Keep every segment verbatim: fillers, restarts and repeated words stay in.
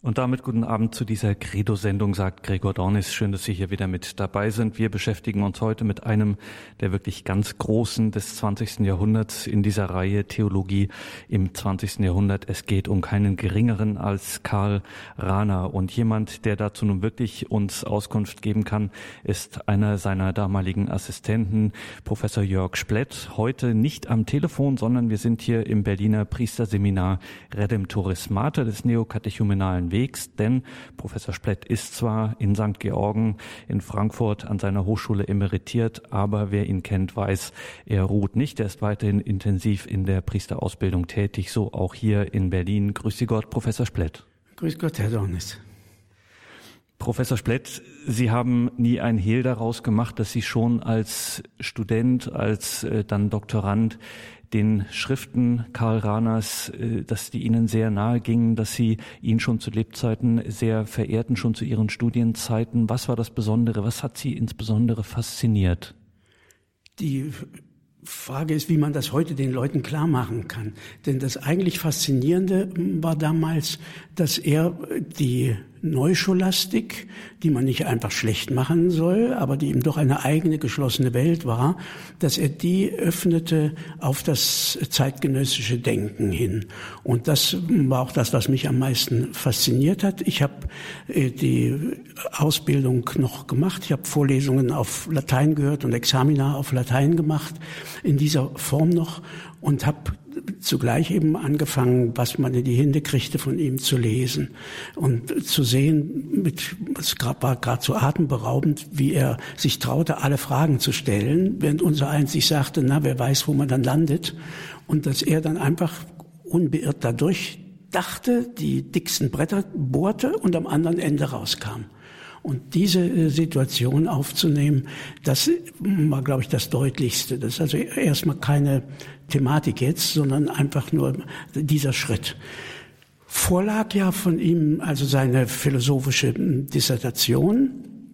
Und damit guten Abend zu dieser Credo-Sendung, sagt Gregor Dornis. Schön, dass Sie hier wieder mit dabei sind. Wir beschäftigen uns heute mit einem der wirklich ganz Großen des zwanzigsten Jahrhunderts in dieser Reihe Theologie im zwanzigsten Jahrhundert. Es geht um keinen geringeren als Karl Rahner. Und jemand, der dazu nun wirklich uns Auskunft geben kann, ist einer seiner damaligen Assistenten, Professor Jörg Splett. Heute nicht am Telefon, sondern wir sind hier im Berliner Priesterseminar Redemptoris Mater des neokatechumenalen Wegs. Denn Professor Splett ist zwar in Sankt Georgen in Frankfurt an seiner Hochschule emeritiert, aber wer ihn kennt, weiß, er ruht nicht. Er ist weiterhin intensiv in der Priesterausbildung tätig, so auch hier in Berlin. Grüß Sie Gott, Professor Splett. Grüß Gott, Herr Dornis. Professor Splett, Sie haben nie ein Hehl daraus gemacht, dass Sie schon als Student, als äh, dann Doktorand den Schriften Karl Rahners, äh, dass die Ihnen sehr nahe gingen, dass Sie ihn schon zu Lebzeiten sehr verehrten, schon zu Ihren Studienzeiten. Was war das Besondere? Was hat Sie insbesondere fasziniert? Die Frage ist, wie man das heute den Leuten klar machen kann. Denn das eigentlich Faszinierende war damals, dass er die Neuscholastik, die man nicht einfach schlecht machen soll, aber die eben doch eine eigene geschlossene Welt war, dass er die öffnete auf das zeitgenössische Denken hin. Und das war auch das, was mich am meisten fasziniert hat. Ich habe die Ausbildung noch gemacht. Ich habe Vorlesungen auf Latein gehört und Examina auf Latein gemacht, in dieser Form noch, und habe zugleich eben angefangen, was man in die Hände kriegte, von ihm zu lesen und zu sehen, mit, es war gerade so atemberaubend, wie er sich traute, alle Fragen zu stellen, während unser eins sich sagte, na, wer weiß, wo man dann landet, und dass er dann einfach unbeirrt dadurch dachte, die dicksten Bretter bohrte und am anderen Ende rauskam. Und diese Situation aufzunehmen, das war, glaube ich, das Deutlichste. Das ist also erstmal keine Thematik jetzt, sondern einfach nur dieser Schritt. Vorlag ja von ihm also seine philosophische Dissertation,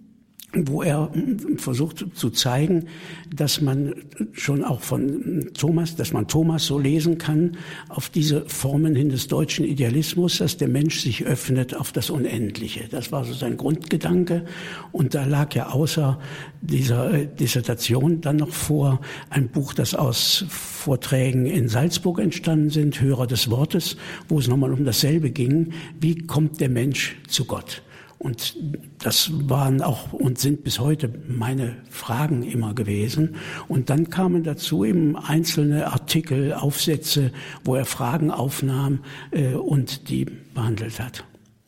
wo er versucht zu zeigen, dass man schon auch von Thomas, dass man Thomas so lesen kann, auf diese Formen hin des deutschen Idealismus, dass der Mensch sich öffnet auf das Unendliche. Das war so sein Grundgedanke. Und da lag ja außer dieser Dissertation dann noch vor ein Buch, das aus Vorträgen in Salzburg entstanden sind, Hörer des Wortes, wo es nochmal um dasselbe ging. Wie kommt der Mensch zu Gott? Und das waren auch und sind bis heute meine Fragen immer gewesen. Und dann kamen dazu eben einzelne Artikel, Aufsätze, wo er Fragen aufnahm äh, und die behandelt hat.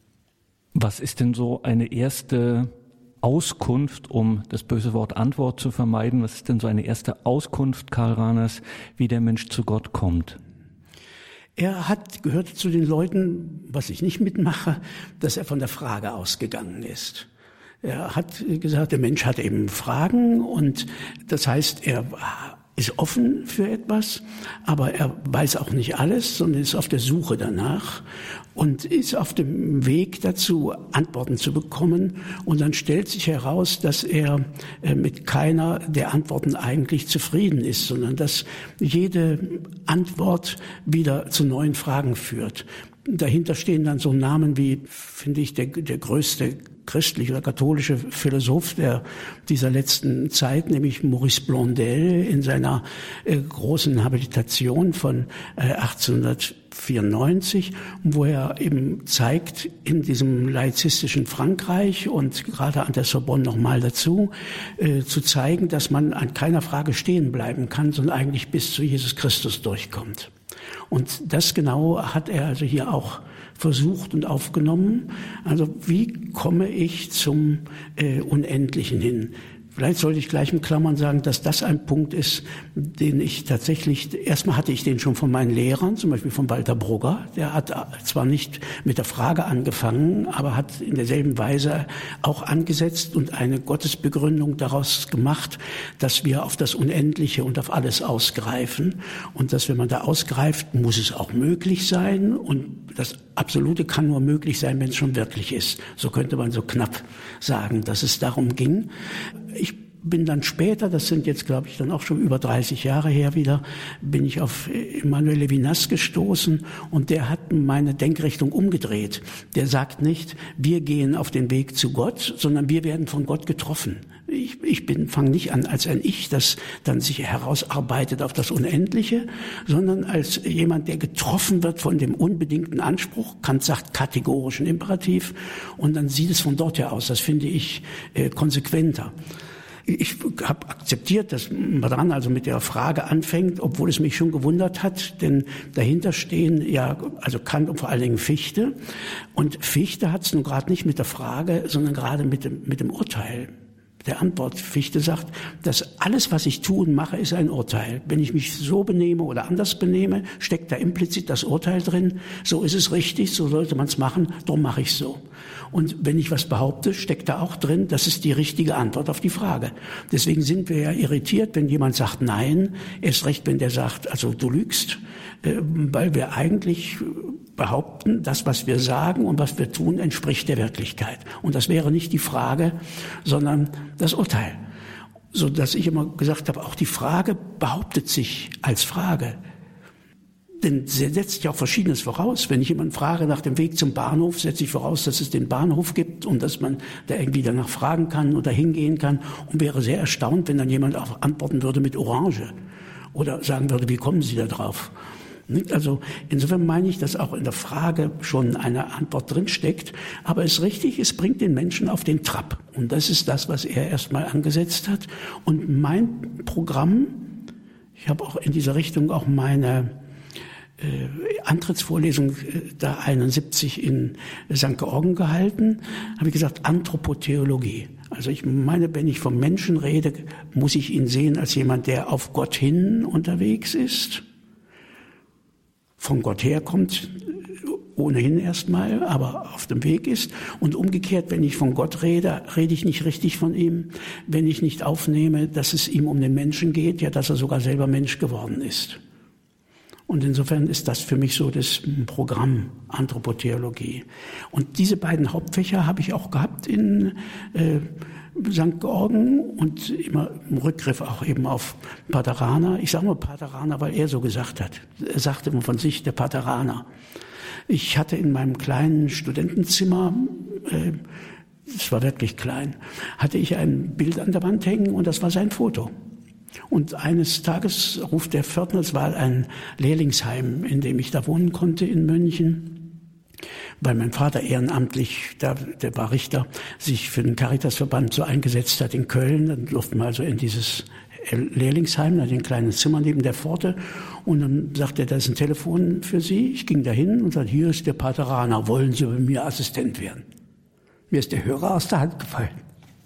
Was ist denn so eine erste Auskunft, um das böse Wort Antwort zu vermeiden? Was ist denn so eine erste Auskunft Karl Rahners, wie der Mensch zu Gott kommt? Er hat gehört zu den Leuten, was ich nicht mitmache, dass er von der Frage ausgegangen ist. Er hat gesagt, der Mensch hat eben Fragen, und das heißt, er ist offen für etwas, aber er weiß auch nicht alles, sondern ist auf der Suche danach und ist auf dem Weg dazu, Antworten zu bekommen. Und dann stellt sich heraus, dass er mit keiner der Antworten eigentlich zufrieden ist, sondern dass jede Antwort wieder zu neuen Fragen führt. Dahinter stehen dann so Namen wie, finde ich, der, der größte christliche oder katholische Philosoph der, dieser letzten Zeit, nämlich Maurice Blondel in seiner äh, großen Habilitation von äh, achtzehnhundertvierundneunzig, wo er eben zeigt, in diesem laizistischen Frankreich und gerade an der Sorbonne nochmal dazu, äh, zu zeigen, dass man an keiner Frage stehen bleiben kann, sondern eigentlich bis zu Jesus Christus durchkommt. Und das genau hat er also hier auch versucht und aufgenommen. Also wie komme ich zum äh, Unendlichen hin? Vielleicht sollte ich gleich in Klammern sagen, dass das ein Punkt ist, den ich tatsächlich, erstmal hatte ich den schon von meinen Lehrern, zum Beispiel von Walter Brugger, der hat zwar nicht mit der Frage angefangen, aber hat in derselben Weise auch angesetzt und eine Gottesbegründung daraus gemacht, dass wir auf das Unendliche und auf alles ausgreifen und dass, wenn man da ausgreift, muss es auch möglich sein, und das Absolute kann nur möglich sein, wenn es schon wirklich ist. So könnte man so knapp sagen, dass es darum ging. Ich bin dann später, das sind jetzt glaube ich dann auch schon über dreißig Jahre her wieder, bin ich auf Emmanuel Levinas gestoßen und der hat meine Denkrichtung umgedreht. Der sagt nicht, wir gehen auf den Weg zu Gott, sondern wir werden von Gott getroffen. Ich, ich bin, fange nicht an als ein Ich, das dann sich herausarbeitet auf das Unendliche, sondern als jemand, der getroffen wird von dem unbedingten Anspruch. Kant sagt kategorischen Imperativ und dann sieht es von dort her aus. Das finde ich äh, konsequenter. Ich habe akzeptiert, dass Madran also mit der Frage anfängt, obwohl es mich schon gewundert hat, denn dahinter stehen ja also Kant und vor allen Dingen Fichte. Und Fichte hat es nun gerade nicht mit der Frage, sondern gerade mit dem, mit dem Urteil. Der Antwort. Fichte sagt, dass alles, was ich tue und mache, ist ein Urteil. Wenn ich mich so benehme oder anders benehme, steckt da implizit das Urteil drin. So ist es richtig, so sollte man es machen, darum mache ich es so. Und wenn ich was behaupte, steckt da auch drin, das ist die richtige Antwort auf die Frage. Deswegen sind wir ja irritiert, wenn jemand sagt Nein, erst recht, wenn der sagt, also du lügst, weil wir eigentlich behaupten, das, was wir sagen und was wir tun, entspricht der Wirklichkeit. Und das wäre nicht die Frage, sondern das Urteil. So dass ich immer gesagt habe, auch die Frage behauptet sich als Frage. Denn sie setzt ja auch Verschiedenes voraus. Wenn ich jemanden frage nach dem Weg zum Bahnhof, setze ich voraus, dass es den Bahnhof gibt und dass man da irgendwie danach fragen kann oder hingehen kann und wäre sehr erstaunt, wenn dann jemand auch antworten würde mit Orange oder sagen würde, wie kommen Sie da drauf? Also insofern meine ich, dass auch in der Frage schon eine Antwort drinsteckt. Aber es ist richtig, es bringt den Menschen auf den Trab. Und das ist das, was er erstmal angesetzt hat. Und mein Programm, ich habe auch in dieser Richtung auch meine äh, Antrittsvorlesung äh, da einundsiebzig in Sankt Georgen gehalten, habe ich gesagt, Anthropotheologie. Also ich meine, wenn ich vom Menschen rede, muss ich ihn sehen als jemand, der auf Gott hin unterwegs ist. Von Gott herkommt, ohnehin erstmal, aber auf dem Weg ist. Und umgekehrt, wenn ich von Gott rede, rede ich nicht richtig von ihm, wenn ich nicht aufnehme, dass es ihm um den Menschen geht, ja, dass er sogar selber Mensch geworden ist. Und insofern ist das für mich so das Programm Anthropotheologie. Und diese beiden Hauptfächer habe ich auch gehabt in äh, Sankt Georgen und immer im Rückgriff auch eben auf Pateraner. Ich sage mal Pateraner, weil er so gesagt hat. Er sagte immer von sich, der Pateraner. Ich hatte in meinem kleinen Studentenzimmer, äh, es war wirklich klein, hatte ich ein Bild an der Wand hängen und das war sein Foto. Und eines Tages ruft der Pförtner, es war ein Lehrlingsheim, in dem ich da wohnen konnte in München, weil mein Vater ehrenamtlich, der, der war Richter, sich für den Caritasverband so eingesetzt hat in Köln. Dann durften wir also in dieses Lehrlingsheim, in den kleinen Zimmer neben der Pforte. Und dann sagte er, da ist ein Telefon für Sie. Ich ging dahin und sagte, hier ist der Pateraner, wollen Sie bei mir Assistent werden? Mir ist der Hörer aus der Hand gefallen.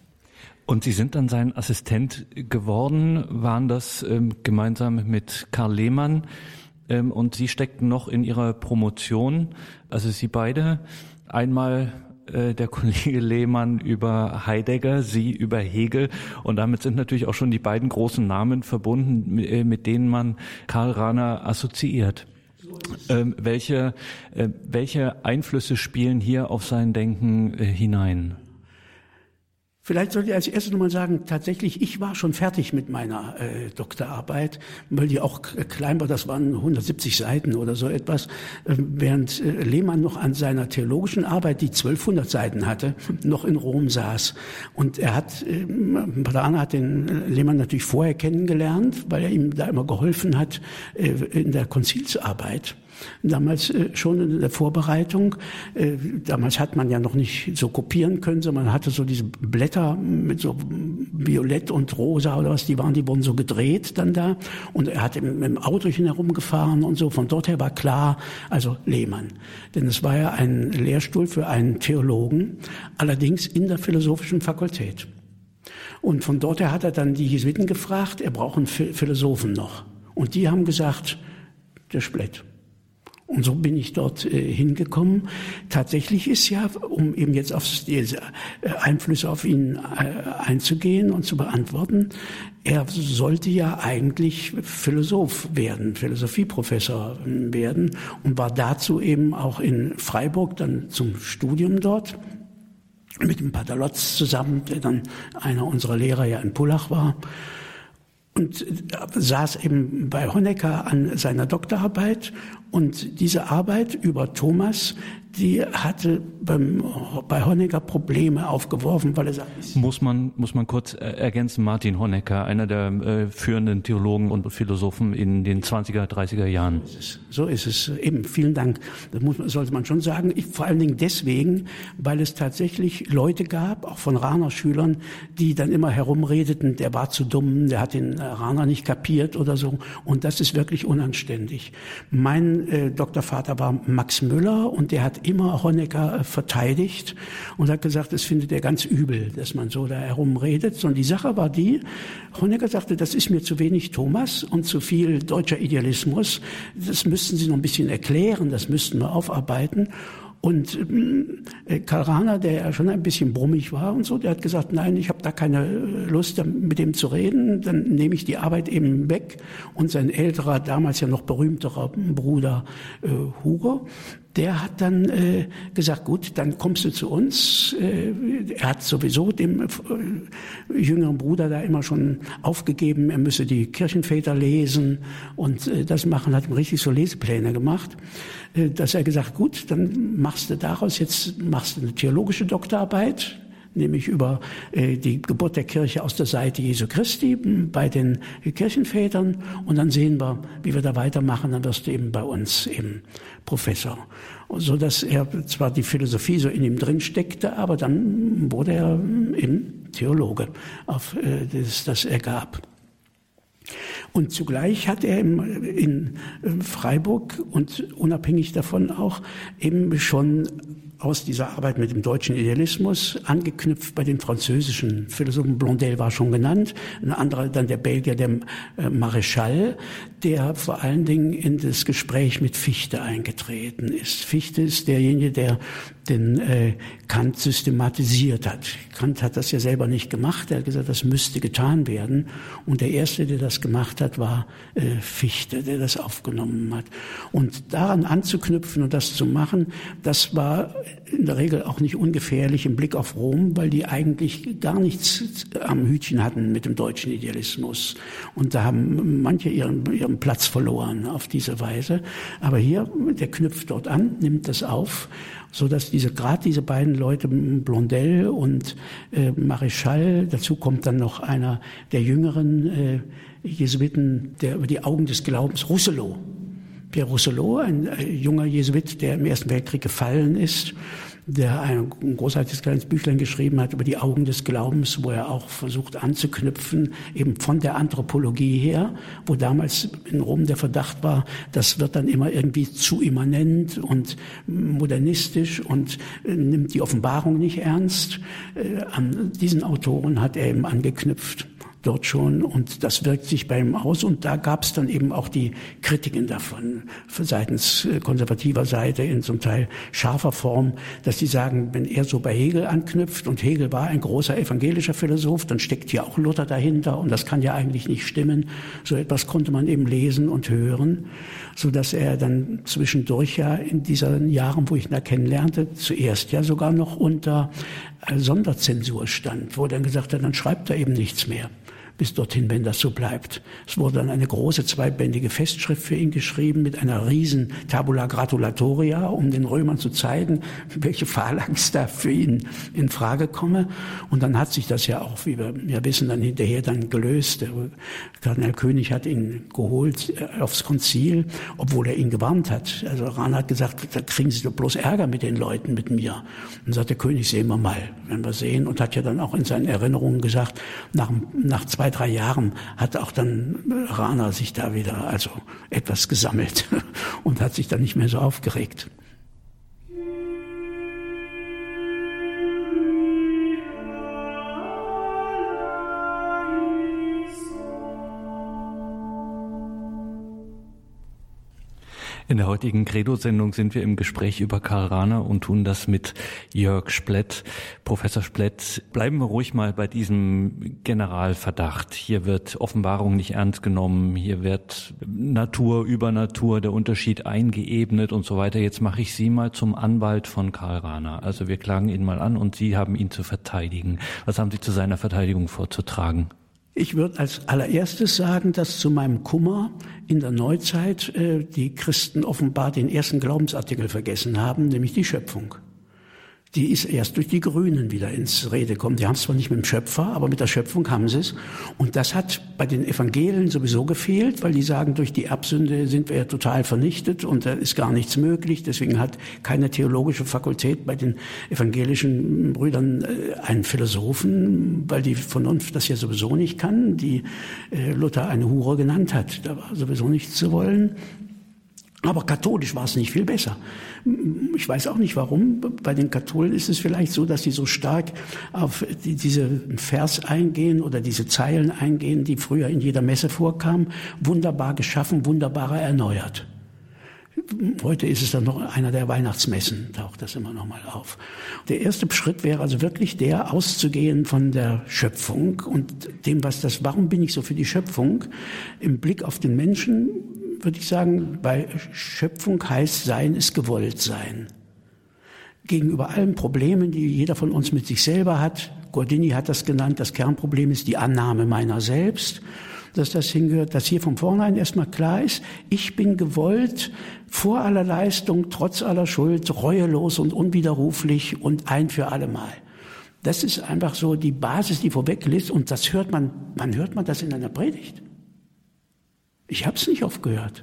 Und Sie sind dann sein Assistent geworden, waren das ähm, gemeinsam mit Karl Lehmann. Ähm, und Sie steckten noch in Ihrer Promotion, also Sie beide, einmal äh, der Kollege Lehmann über Heidegger, Sie über Hegel. Und damit sind natürlich auch schon die beiden großen Namen verbunden, äh, mit denen man Karl Rahner assoziiert. Ähm, welche, äh, welche Einflüsse spielen hier auf sein Denken äh, hinein? Vielleicht sollte ich als erstes nochmal sagen, tatsächlich, ich war schon fertig mit meiner äh, Doktorarbeit, weil die auch klein war, das waren hundertsiebzig Seiten oder so etwas, äh, während äh, Lehmann noch an seiner theologischen Arbeit, die zwölfhundert Seiten hatte, noch in Rom saß. Und er hat, äh, Pateraner hat den Lehmann natürlich vorher kennengelernt, weil er ihm da immer geholfen hat äh, in der Konzilsarbeit. Damals äh, schon in der Vorbereitung. Äh, damals hat man ja noch nicht so kopieren können, sondern man hatte so diese Blätter mit so Violett und Rosa oder was, die waren, die wurden so gedreht dann da. Und er hat mit dem Autochen herumgefahren und so. Von dort her war klar, also Lehmann. Denn es war ja ein Lehrstuhl für einen Theologen, allerdings in der philosophischen Fakultät. Und von dort her hat er dann die Jesuiten gefragt, er braucht einen Philosophen noch. Und die haben gesagt, der Splett. Und so bin ich dort äh, hingekommen. Tatsächlich ist ja, um eben jetzt auf diese Einflüsse auf ihn äh, einzugehen und zu beantworten, er sollte ja eigentlich Philosoph werden, Philosophieprofessor werden und war dazu eben auch in Freiburg dann zum Studium dort. mit dem Pater Lotz zusammen, der dann einer unserer Lehrer ja in Pullach war. Und saß eben bei Honecker an seiner Doktorarbeit. Und diese Arbeit über Thomas, die hatte beim, bei Honecker Probleme aufgeworfen, weil er sagt... Muss man, muss man kurz ergänzen, Martin Honecker, einer der äh, führenden Theologen und Philosophen in den zwanziger, dreißiger Jahren. So ist es. So ist es. Eben, vielen Dank. Das muss, sollte man schon sagen. Ich, vor allen Dingen deswegen, weil es tatsächlich Leute gab, auch von Rahner Schülern, die dann immer herumredeten, der war zu dumm, der hat den Rahner nicht kapiert oder so. Und das ist wirklich unanständig. Mein äh, Doktorvater war Max Müller und der hat immer Honecker äh, verteidigt und hat gesagt, das findet er ganz übel, dass man so da herumredet. Sondern die Sache war die, Honecker sagte, das ist mir zu wenig Thomas und zu viel deutscher Idealismus. Das müssten Sie noch ein bisschen erklären, das müssten wir aufarbeiten. Und äh, Karl Rahner, der ja schon ein bisschen brummig war und so, der hat gesagt, nein, ich habe da keine Lust, mit dem zu reden, dann nehme ich die Arbeit eben weg. Und sein älterer, damals ja noch berühmterer Bruder äh, Hugo, der hat dann äh, gesagt, gut, dann kommst du zu uns. Äh, er hat sowieso dem äh, jüngeren Bruder da immer schon aufgegeben, er müsse die Kirchenväter lesen und äh, das machen, hat ihm richtig so Lesepläne gemacht, äh, dass er gesagt, gut, dann machst du daraus jetzt, machst du eine theologische Doktorarbeit, nämlich über äh, die Geburt der Kirche aus der Seite Jesu Christi bei den Kirchenvätern. Und dann sehen wir, wie wir da weitermachen. Dann wirst du eben bei uns eben Professor. So dass er zwar die Philosophie so in ihm drin steckte, aber dann wurde er eben Theologe, auf äh, das das ergab. Und zugleich hat er in Freiburg und unabhängig davon auch eben schon aus dieser Arbeit mit dem deutschen Idealismus angeknüpft bei den französischen Philosophen. Blondel war schon genannt, ein anderer dann der Belgier, der äh, Maréchal, der vor allen Dingen in das Gespräch mit Fichte eingetreten ist. Fichte ist derjenige, der den äh, Kant systematisiert hat. Kant hat das ja selber nicht gemacht, er hat gesagt, das müsste getan werden. Und der Erste, der das gemacht hat, war äh, Fichte, der das aufgenommen hat. Und daran anzuknüpfen und das zu machen, das war in der Regel auch nicht ungefährlich im Blick auf Rom, weil die eigentlich gar nichts am Hütchen hatten mit dem deutschen Idealismus. Und da haben manche ihren, ihren Platz verloren auf diese Weise. Aber hier, der knüpft dort an, nimmt das auf, so dass diese, gerade diese beiden Leute, Blondel und äh, Maréchal, dazu kommt dann noch einer der jüngeren äh, Jesuiten, der über die Augen des Glaubens, Rousselot. Pierre Rousselot, ein äh, junger Jesuit, der im Ersten Weltkrieg gefallen ist, der ein, ein großartiges kleines Büchlein geschrieben hat über die Augen des Glaubens, wo er auch versucht anzuknüpfen, eben von der Anthropologie her, wo damals in Rom der Verdacht war, das wird dann immer irgendwie zu immanent und modernistisch und äh, nimmt die Offenbarung nicht ernst. Äh, an diesen Autoren hat er eben angeknüpft. Dort schon, und das wirkt sich bei ihm aus, und da gab es dann eben auch die Kritiken davon, seitens konservativer Seite in zum Teil scharfer Form, dass sie sagen, wenn er so bei Hegel anknüpft, und Hegel war ein großer evangelischer Philosoph, dann steckt hier auch Luther dahinter, und das kann ja eigentlich nicht stimmen. So etwas konnte man eben lesen und hören, so dass er dann zwischendurch ja in diesen Jahren, wo ich ihn da kennenlernte, zuerst ja sogar noch unter Sonderzensur stand, wo er dann gesagt hat, dann schreibt er eben nichts mehr. Bis dorthin, wenn das so bleibt. Es wurde dann eine große zweibändige Festschrift für ihn geschrieben mit einer riesen Tabula Gratulatoria, um den Römern zu zeigen, welche Phalanx da für ihn in Frage komme. Und dann hat sich das ja auch, wie wir ja wissen, dann hinterher dann gelöst. Der Kardinal König hat ihn geholt aufs Konzil, obwohl er ihn gewarnt hat. Also Rahner hat gesagt, da kriegen Sie doch bloß Ärger mit den Leuten, mit mir. Und sagt der König, sehen wir mal, werden wir sehen. Und hat ja dann auch in seinen Erinnerungen gesagt, nach, nach zwei drei Jahren hat auch dann Rahner sich da wieder also etwas gesammelt und hat sich dann nicht mehr so aufgeregt. In der heutigen Credo-Sendung sind wir im Gespräch über Karl Rahner und tun das mit Jörg Splett. Professor Splett, bleiben wir ruhig mal bei diesem Generalverdacht. Hier wird Offenbarung nicht ernst genommen, hier wird Natur über Natur, der Unterschied eingeebnet und so weiter. Jetzt mache ich Sie mal zum Anwalt von Karl Rahner. Also wir klagen ihn mal an und Sie haben ihn zu verteidigen. Was haben Sie zu seiner Verteidigung vorzutragen? Ich würde als allererstes sagen, dass zu meinem Kummer in der Neuzeit äh, die Christen offenbar den ersten Glaubensartikel vergessen haben, nämlich die Schöpfung. Die ist erst durch die Grünen wieder ins Rede gekommen. Die haben es zwar nicht mit dem Schöpfer, aber mit der Schöpfung haben sie es. Und das hat bei den Evangelien sowieso gefehlt, weil die sagen, durch die Erbsünde sind wir ja total vernichtet und da ist gar nichts möglich. Deswegen hat keine theologische Fakultät bei den evangelischen Brüdern einen Philosophen, weil die Vernunft das ja sowieso nicht kann, die Luther eine Hure genannt hat. Da war sowieso nichts zu wollen. Aber katholisch war es nicht viel besser. Ich weiß auch nicht warum. Bei den Katholen ist es vielleicht so, dass sie so stark auf die, diese Vers eingehen oder diese Zeilen eingehen, die früher in jeder Messe vorkamen. Wunderbar geschaffen, wunderbarer erneuert. Heute ist es dann noch einer der Weihnachtsmessen, taucht das immer noch mal auf. Der erste Schritt wäre also wirklich der, auszugehen von der Schöpfung und dem, was das, warum bin ich so für die Schöpfung? Im Blick auf den Menschen würde ich sagen, bei Schöpfung heißt Sein ist gewollt sein. Gegenüber allen Problemen, die jeder von uns mit sich selber hat, Gordini hat das genannt, das Kernproblem ist die Annahme meiner selbst, dass das hingehört, dass hier von vornherein erstmal klar ist, ich bin gewollt, vor aller Leistung, trotz aller Schuld, reuelos und unwiderruflich und ein für alle Mal. Das ist einfach so die Basis, die vorweg liegt, und das hört man, wann hört man das in einer Predigt? Ich habe es nicht oft gehört.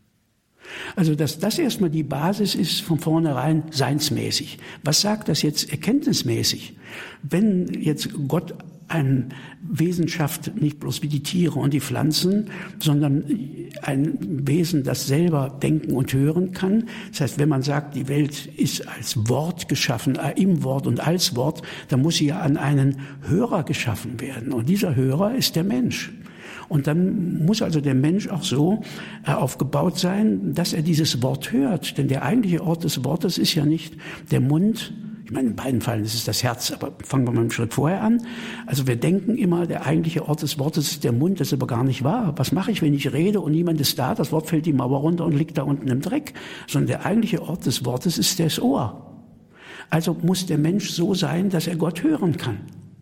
Also, dass das erstmal die Basis ist von vornherein seinsmäßig. Was sagt das jetzt erkenntnismäßig? Wenn jetzt Gott ein Wesen schafft, nicht bloß wie die Tiere und die Pflanzen, sondern ein Wesen, das selber denken und hören kann. Das heißt, wenn man sagt, die Welt ist als Wort geschaffen, äh, im Wort und als Wort, dann muss sie ja an einen Hörer geschaffen werden. Und dieser Hörer ist der Mensch. Und dann muss also der Mensch auch so äh, aufgebaut sein, dass er dieses Wort hört. Denn der eigentliche Ort des Wortes ist ja nicht der Mund. Ich meine, in beiden Fällen ist es das Herz, aber fangen wir mal einen Schritt vorher an. Also wir denken immer, der eigentliche Ort des Wortes ist der Mund, das ist aber gar nicht wahr. Was mache ich, wenn ich rede und niemand ist da? Das Wort fällt die Mauer runter und liegt da unten im Dreck. Sondern der eigentliche Ort des Wortes ist das Ohr. Also muss der Mensch so sein, dass er Gott hören kann.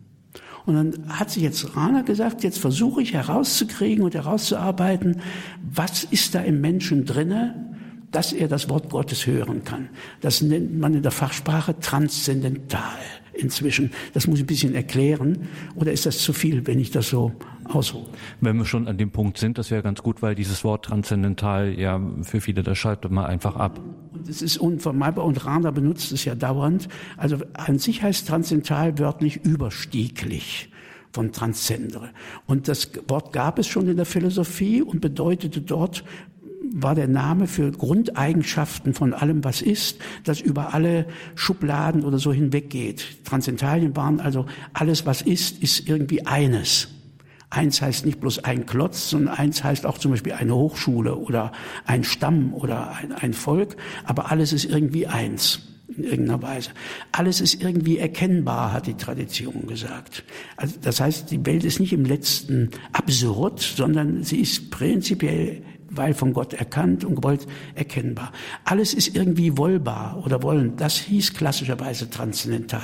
Und dann hat sich jetzt Rahner gesagt, jetzt versuche ich herauszukriegen und herauszuarbeiten, was ist da im Menschen drinne, dass er das Wort Gottes hören kann. Das nennt man in der Fachsprache transzendental inzwischen. Das muss ich ein bisschen erklären. Oder ist das zu viel, wenn ich das so aushole? Wenn wir schon an dem Punkt sind, das wäre ganz gut, weil dieses Wort transzendental ja für viele, das schaltet man einfach ab. Und es ist unvermeidbar und Rahner benutzt es ja dauernd. Also an sich heißt transzendental wörtlich überstieglich von transzendere. Und das Wort gab es schon in der Philosophie und bedeutete dort, war der Name für Grundeigenschaften von allem, was ist, das über alle Schubladen oder so hinweggeht. Transzendentalien waren also alles, was ist, ist irgendwie eines. Eins heißt nicht bloß ein Klotz, sondern eins heißt auch zum Beispiel eine Hochschule oder ein Stamm oder ein, ein Volk, aber alles ist irgendwie eins. In irgendeiner Weise. Alles ist irgendwie erkennbar, hat die Tradition gesagt. Also das heißt, die Welt ist nicht im Letzten absurd, sondern sie ist prinzipiell, weil von Gott erkannt und gewollt, erkennbar. Alles ist irgendwie wollbar oder wollen. Das hieß klassischerweise transzendental.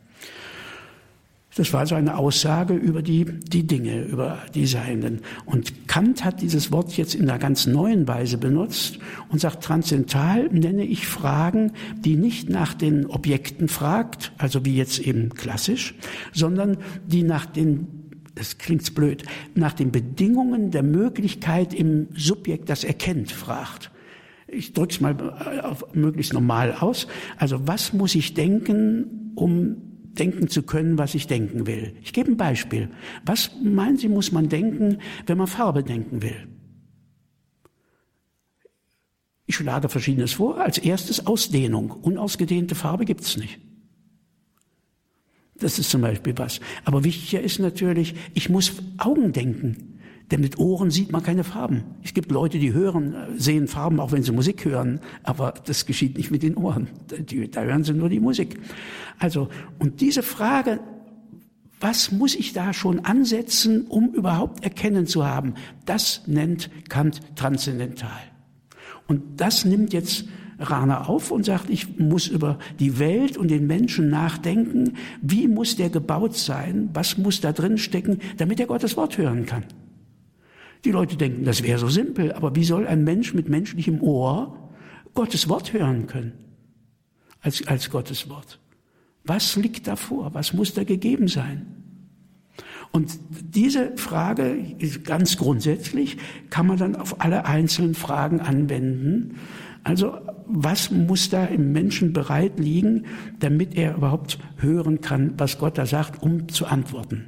Das war also eine Aussage über die, die Dinge, über die Seienden. Und Kant hat dieses Wort jetzt in einer ganz neuen Weise benutzt und sagt, transzendental nenne ich Fragen, die nicht nach den Objekten fragt, also wie jetzt eben klassisch, sondern die nach den, das klingt blöd, nach den Bedingungen der Möglichkeit im Subjekt, das erkennt, fragt. Ich drücke es mal auf möglichst normal aus. Also was muss ich denken, um denken zu können, was ich denken will. Ich gebe ein Beispiel. Was meinen Sie, muss man denken, wenn man Farbe denken will? Ich schlage Verschiedenes vor. Als erstes Ausdehnung. Unausgedehnte Farbe gibt's nicht. Das ist zum Beispiel was. Aber wichtiger ist natürlich, ich muss Augen denken. Denn mit Ohren sieht man keine Farben. Es gibt Leute, die hören, sehen Farben, auch wenn sie Musik hören, aber das geschieht nicht mit den Ohren. Da hören sie nur die Musik. Also, und diese Frage, was muss ich da schon ansetzen, um überhaupt erkennen zu haben, das nennt Kant transzendental. Und das nimmt jetzt Rahner auf und sagt, ich muss über die Welt und den Menschen nachdenken. Wie muss der gebaut sein? Was muss da drin stecken, damit er Gottes Wort hören kann? Die Leute denken, das wäre so simpel, aber wie soll ein Mensch mit menschlichem Ohr Gottes Wort hören können? Als, als Gottes Wort. Was liegt davor? Was muss da gegeben sein? Und diese Frage, ganz grundsätzlich, kann man dann auf alle einzelnen Fragen anwenden. Also, was muss da im Menschen bereit liegen, damit er überhaupt hören kann, was Gott da sagt, um zu antworten?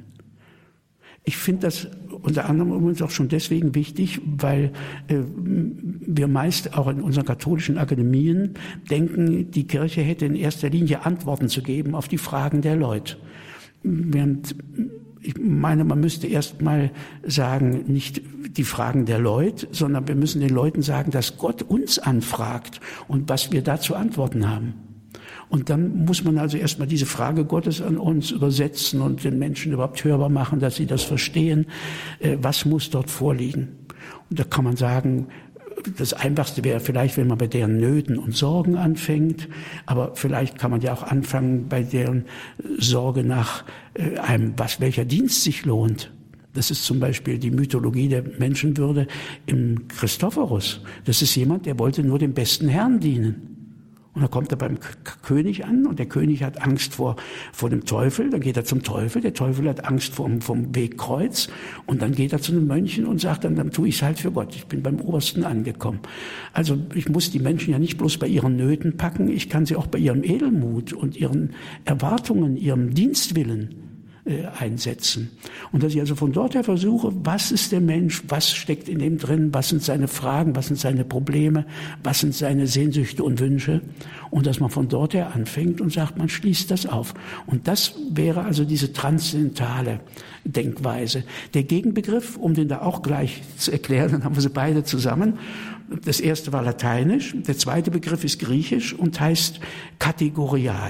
Ich finde das unter anderem übrigens auch schon deswegen wichtig, weil äh, wir meist auch in unseren katholischen Akademien denken, die Kirche hätte in erster Linie Antworten zu geben auf die Fragen der Leute. Während ich meine, man müsste erst mal sagen, nicht die Fragen der Leute, sondern wir müssen den Leuten sagen, dass Gott uns anfragt und was wir da zu antworten haben. Und dann muss man also erstmal diese Frage Gottes an uns übersetzen und den Menschen überhaupt hörbar machen, dass sie das verstehen. Was muss dort vorliegen? Und da kann man sagen, das Einfachste wäre vielleicht, wenn man bei deren Nöten und Sorgen anfängt, aber vielleicht kann man ja auch anfangen bei deren Sorge nach einem, was welcher Dienst sich lohnt. Das ist zum Beispiel die Mythologie der Menschenwürde im Christophorus. Das ist jemand, der wollte nur dem besten Herrn dienen. Und dann kommt er beim K- König an und der König hat Angst vor, vor dem Teufel. Dann geht er zum Teufel. Der Teufel hat Angst vom, vom Wegkreuz. Und dann geht er zu einem Mönchen und sagt dann, dann tue ich es halt für Gott. Ich bin beim Obersten angekommen. Also ich muss die Menschen ja nicht bloß bei ihren Nöten packen. Ich kann sie auch bei ihrem Edelmut und ihren Erwartungen, ihrem Dienstwillen äh, einsetzen. Und dass ich also von dort her versuche, was ist der Mensch, was steckt in ihm drin, was sind seine Fragen, was sind seine Probleme, was sind seine Sehnsüchte und Wünsche und dass man von dort her anfängt und sagt, man schließt das auf. Und das wäre also diese transzendentale Denkweise. Der Gegenbegriff, um den da auch gleich zu erklären, dann haben wir sie beide zusammen. Das erste war lateinisch, der zweite Begriff ist griechisch und heißt kategorial.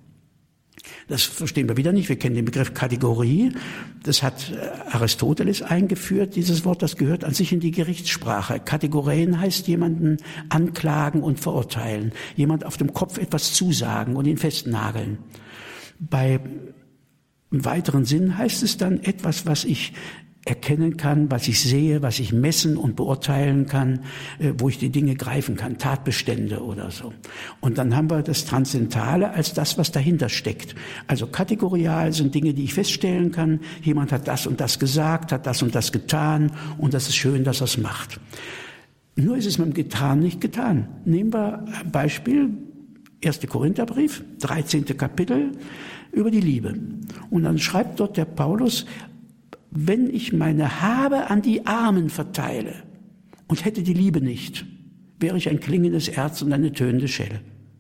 Das verstehen wir wieder nicht. Wir kennen den Begriff Kategorie. Das hat Aristoteles eingeführt. Dieses Wort, das gehört an sich in die Gerichtssprache. Kategorien heißt jemanden anklagen und verurteilen. Jemand auf dem Kopf etwas zusagen und ihn festnageln. Bei im weiteren Sinn heißt es dann etwas, was ich erkennen kann, was ich sehe, was ich messen und beurteilen kann, wo ich die Dinge greifen kann, Tatbestände oder so. Und dann haben wir das Transzendentale als das, was dahinter steckt. Also kategorial sind Dinge, die ich feststellen kann. Jemand hat das und das gesagt, hat das und das getan und das ist schön, dass er es macht. Nur ist es mit dem Getan nicht getan. Nehmen wir ein Beispiel, erster Korintherbrief, dreizehnte Kapitel, über die Liebe. Und dann schreibt dort der Paulus, wenn ich meine Habe an die Armen verteile und hätte die Liebe nicht, wäre ich ein klingendes Erz und eine tönende Schelle.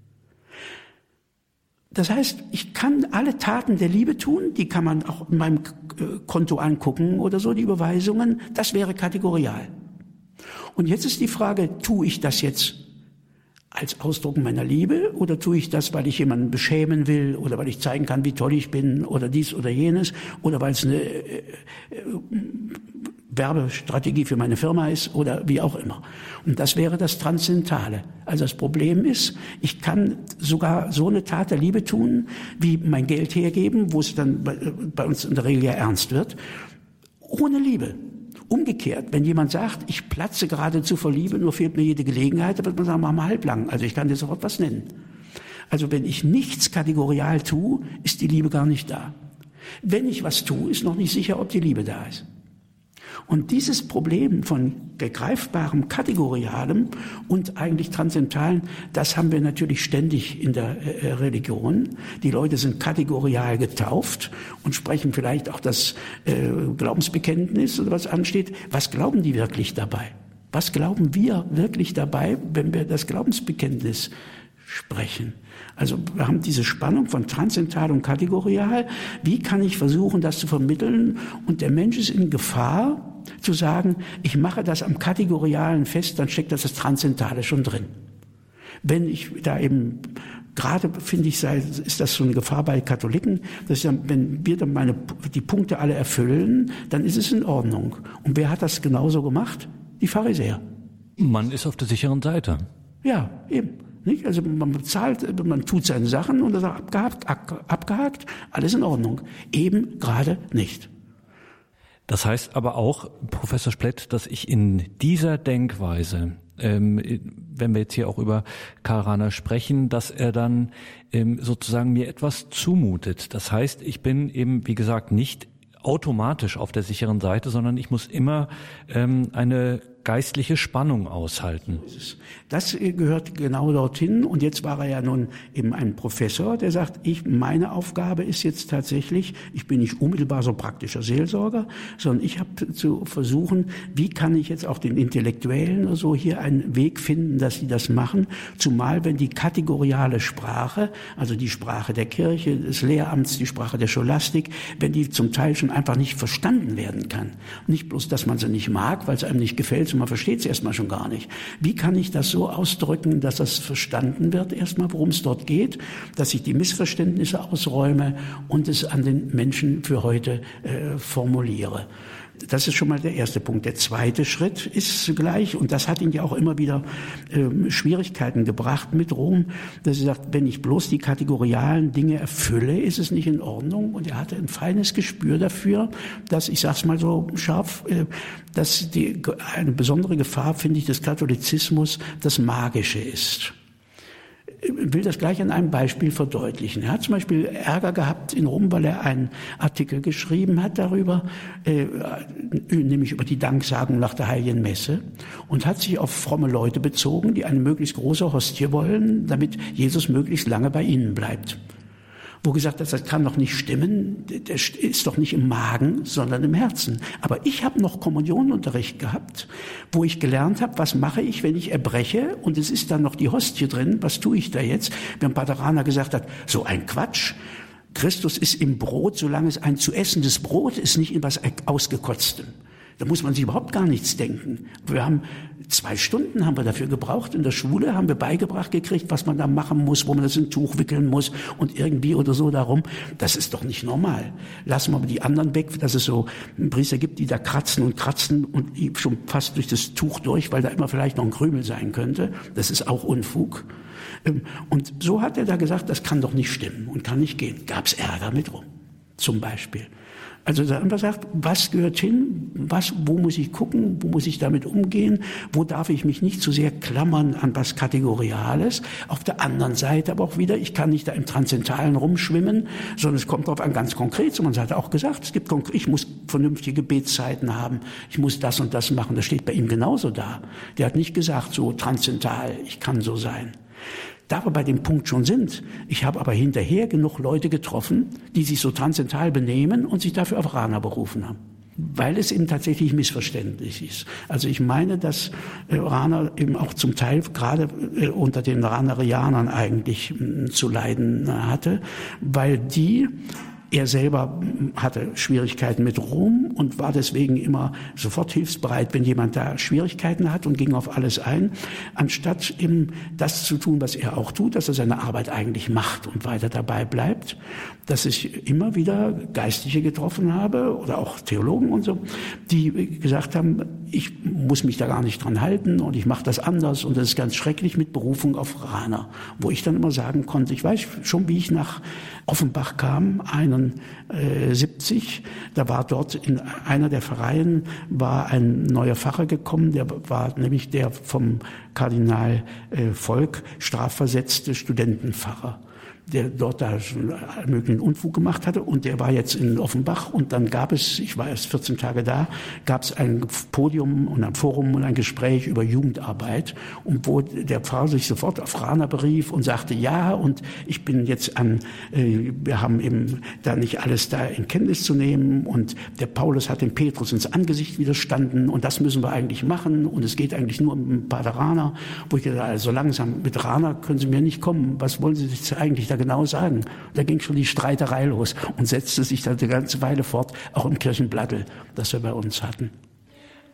Das heißt, ich kann alle Taten der Liebe tun, die kann man auch in meinem Konto angucken oder so, die Überweisungen, das wäre kategorial. Und jetzt ist die Frage, tue ich das jetzt als Ausdruck meiner Liebe oder tue ich das, weil ich jemanden beschämen will oder weil ich zeigen kann, wie toll ich bin oder dies oder jenes oder weil es eine äh, äh, Werbestrategie für meine Firma ist oder wie auch immer. Und das wäre das Transzendentale. Also das Problem ist, ich kann sogar so eine Tat der Liebe tun, wie mein Geld hergeben, wo es dann bei, bei uns in der Regel ja ernst wird, ohne Liebe. Umgekehrt, wenn jemand sagt, ich platze geradezu vor Liebe, nur fehlt mir jede Gelegenheit, dann wird man sagen, mach mal halblang. Also ich kann dir sofort was nennen. Also wenn ich nichts kategorial tue, ist die Liebe gar nicht da. Wenn ich was tue, ist noch nicht sicher, ob die Liebe da ist. Und dieses Problem von begreifbarem, kategorialem und eigentlich transzendentalen, das haben wir natürlich ständig in der äh, Religion. Die Leute sind kategorial getauft und sprechen vielleicht auch das äh, Glaubensbekenntnis oder was ansteht. Was glauben die wirklich dabei? Was glauben wir wirklich dabei, wenn wir das Glaubensbekenntnis sprechen? Also wir haben diese Spannung von transzendental und kategorial. Wie kann ich versuchen, das zu vermitteln? Und der Mensch ist in Gefahr, zu sagen, ich mache das am Kategorialen fest, dann steckt das das Transzendentale schon drin. Wenn ich da eben, gerade finde ich, sei, ist das so eine Gefahr bei Katholiken, dass ich dann, wenn wir dann meine, die Punkte alle erfüllen, dann ist es in Ordnung. Und wer hat das genauso gemacht? Die Pharisäer. Man ist auf der sicheren Seite. Ja, eben. Nicht? Also man bezahlt, man tut seine Sachen und das ist abgehakt, abgehakt, alles in Ordnung. Eben gerade nicht. Das heißt aber auch, Professor Splett, dass ich in dieser Denkweise, ähm, wenn wir jetzt hier auch über Karl Rahner sprechen, dass er dann ähm, sozusagen mir etwas zumutet. Das heißt, ich bin eben, wie gesagt, nicht automatisch auf der sicheren Seite, sondern ich muss immer ähm, eine geistliche Spannung aushalten. Das gehört genau dorthin. Und jetzt war er ja nun eben ein Professor, der sagt, ich, meine Aufgabe ist jetzt tatsächlich, ich bin nicht unmittelbar so praktischer Seelsorger, sondern ich habe zu versuchen, wie kann ich jetzt auch den Intellektuellen oder so hier einen Weg finden, dass sie das machen. Zumal wenn die kategoriale Sprache, also die Sprache der Kirche, des Lehramts, die Sprache der Scholastik, wenn die zum Teil schon einfach nicht verstanden werden kann. Nicht bloß, dass man sie nicht mag, weil es einem nicht gefällt, man versteht es erstmal schon gar nicht. Wie kann ich das so ausdrücken, dass das verstanden wird, erstmal, worum es dort geht, dass ich die Missverständnisse ausräume und es an den Menschen für heute äh, formuliere. Das ist schon mal der erste Punkt. Der zweite Schritt ist zugleich, und das hat ihn ja auch immer wieder äh, Schwierigkeiten gebracht mit Rom, dass er sagt, wenn ich bloß die kategorialen Dinge erfülle, ist es nicht in Ordnung. Und er hatte ein feines Gespür dafür, dass, ich sag's mal so scharf, äh, dass die, eine besondere Gefahr, finde ich, des Katholizismus das Magische ist. Ich will das gleich an einem Beispiel verdeutlichen. Er hat zum Beispiel Ärger gehabt in Rom, weil er einen Artikel geschrieben hat darüber, äh, nämlich über die Danksagung nach der Heiligen Messe, und hat sich auf fromme Leute bezogen, die eine möglichst große Hostie wollen, damit Jesus möglichst lange bei ihnen bleibt. Wo gesagt hat, das kann doch nicht stimmen, der ist doch nicht im Magen, sondern im Herzen. Aber ich habe noch Kommunionunterricht gehabt, wo ich gelernt habe, was mache ich, wenn ich erbreche und es ist dann noch die Hostie drin, was tue ich da jetzt? Wenn Pater Rahner gesagt hat, so ein Quatsch, Christus ist im Brot, solange es ein zu essendes Brot ist, nicht in was Ausgekotztem. Da muss man sich überhaupt gar nichts denken. Wir haben zwei Stunden haben wir dafür gebraucht. In der Schule haben wir beigebracht gekriegt, was man da machen muss, wo man das in ein Tuch wickeln muss und irgendwie oder so darum. Das ist doch nicht normal. Lassen wir mal die anderen weg, dass es so Priester gibt, die da kratzen und kratzen und schon fast durch das Tuch durch, weil da immer vielleicht noch ein Krümel sein könnte. Das ist auch Unfug. Und so hat er da gesagt, das kann doch nicht stimmen und kann nicht gehen. Gab's Ärger mit Rom, zum Beispiel. Also da haben wir gesagt, was gehört hin, was, wo muss ich gucken, wo muss ich damit umgehen, wo darf ich mich nicht zu sehr klammern an was Kategoriales. Auf der anderen Seite aber auch wieder, ich kann nicht da im Transzendentalen rumschwimmen, sondern es kommt darauf an, ganz konkret. So, man hat auch gesagt, es gibt, ich muss vernünftige Gebetszeiten haben, ich muss das und das machen. Das steht bei ihm genauso da. Der hat nicht gesagt, so transzendental, ich kann so sein. Da wir bei dem Punkt schon sind, ich habe aber hinterher genug Leute getroffen, die sich so transzendental benehmen und sich dafür auf Rahner berufen haben. Weil es eben tatsächlich missverständlich ist. Also ich meine, dass äh, Rahner eben auch zum Teil gerade äh, unter den Rahnerianern eigentlich äh, zu leiden hatte, weil die Er selber hatte Schwierigkeiten mit Rom und war deswegen immer sofort hilfsbereit, wenn jemand da Schwierigkeiten hat, und ging auf alles ein, anstatt eben das zu tun, was er auch tut, dass er seine Arbeit eigentlich macht und weiter dabei bleibt. Dass ich immer wieder Geistliche getroffen habe oder auch Theologen und so, die gesagt haben, ich muss mich da gar nicht dran halten und ich mache das anders und das ist ganz schrecklich mit Berufung auf Rahner. Wo ich dann immer sagen konnte, ich weiß schon, wie ich nach Offenbach kam, einundsiebzig, da war dort in einer der Pfarreien war ein neuer Pfarrer gekommen, der war nämlich der vom Kardinal Volk strafversetzte Studentenpfarrer, der dort da möglichen Unfug gemacht hatte, und der war jetzt in Offenbach, und dann gab es, ich war erst vierzehn Tage da, gab es ein Podium und ein Forum und ein Gespräch über Jugendarbeit, und wo der Pfarrer sich sofort auf Rahner berief und sagte, ja, und ich bin jetzt an, äh, wir haben eben da nicht alles da in Kenntnis zu nehmen, und der Paulus hat dem Petrus ins Angesicht widerstanden, und das müssen wir eigentlich machen, und es geht eigentlich nur um Pater Rahner, wo ich gesagt habe, also langsam, mit Rahner können Sie mir nicht kommen, was wollen Sie sich eigentlich da genau sagen? Da ging schon die Streiterei los und setzte sich dann eine ganze Weile fort, auch im Kirchenblattel, das wir bei uns hatten.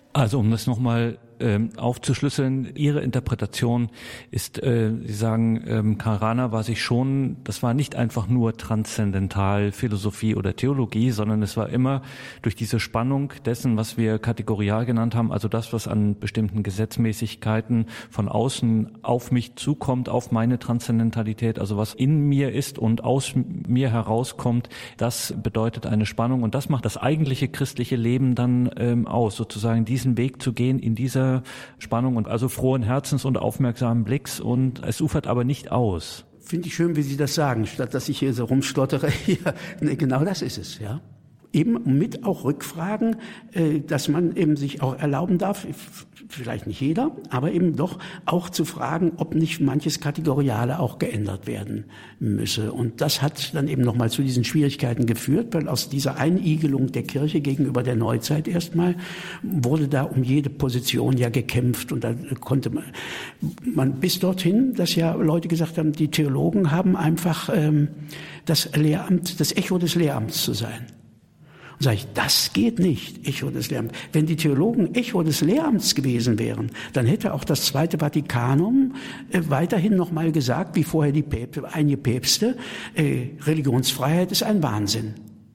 Also um das nochmal ähm, aufzuschlüsseln, Ihre Interpretation ist, äh, Sie sagen, ähm, Karl Rahner war sich schon, das war nicht einfach nur transzendental Philosophie oder Theologie, sondern es war immer durch diese Spannung dessen, was wir kategorial genannt haben, also das, was an bestimmten Gesetzmäßigkeiten von außen auf mich zukommt, auf meine Transzendentalität, also was in mir ist und aus mir herauskommt, das bedeutet eine Spannung und das macht das eigentliche christliche Leben dann ähm, aus, sozusagen diesen Weg zu gehen in dieser Spannung und also frohen Herzens und aufmerksamen Blicks und es ufert aber nicht aus. Finde ich schön, wie Sie das sagen, statt dass ich hier so rumstottere. Ja, nee, genau das ist es, ja. Eben mit auch Rückfragen, äh, dass man eben sich auch erlauben darf, vielleicht nicht jeder, aber eben doch auch zu fragen, ob nicht manches Kategoriale auch geändert werden müsse. Und das hat dann eben nochmal zu diesen Schwierigkeiten geführt, weil aus dieser Einigelung der Kirche gegenüber der Neuzeit erstmal wurde da um jede Position ja gekämpft und da konnte man, man bis dorthin, dass ja Leute gesagt haben, die Theologen haben einfach ähm, das Lehramt, das Echo des Lehramts zu sein. Und sage ich, das geht nicht, Echo des Lehramts. Wenn die Theologen Echo des Lehramts gewesen wären, dann hätte auch das Zweite Vatikanum äh, weiterhin nochmal gesagt, wie vorher die Päpste, einige Päpste, äh, Religionsfreiheit ist ein Wahnsinn.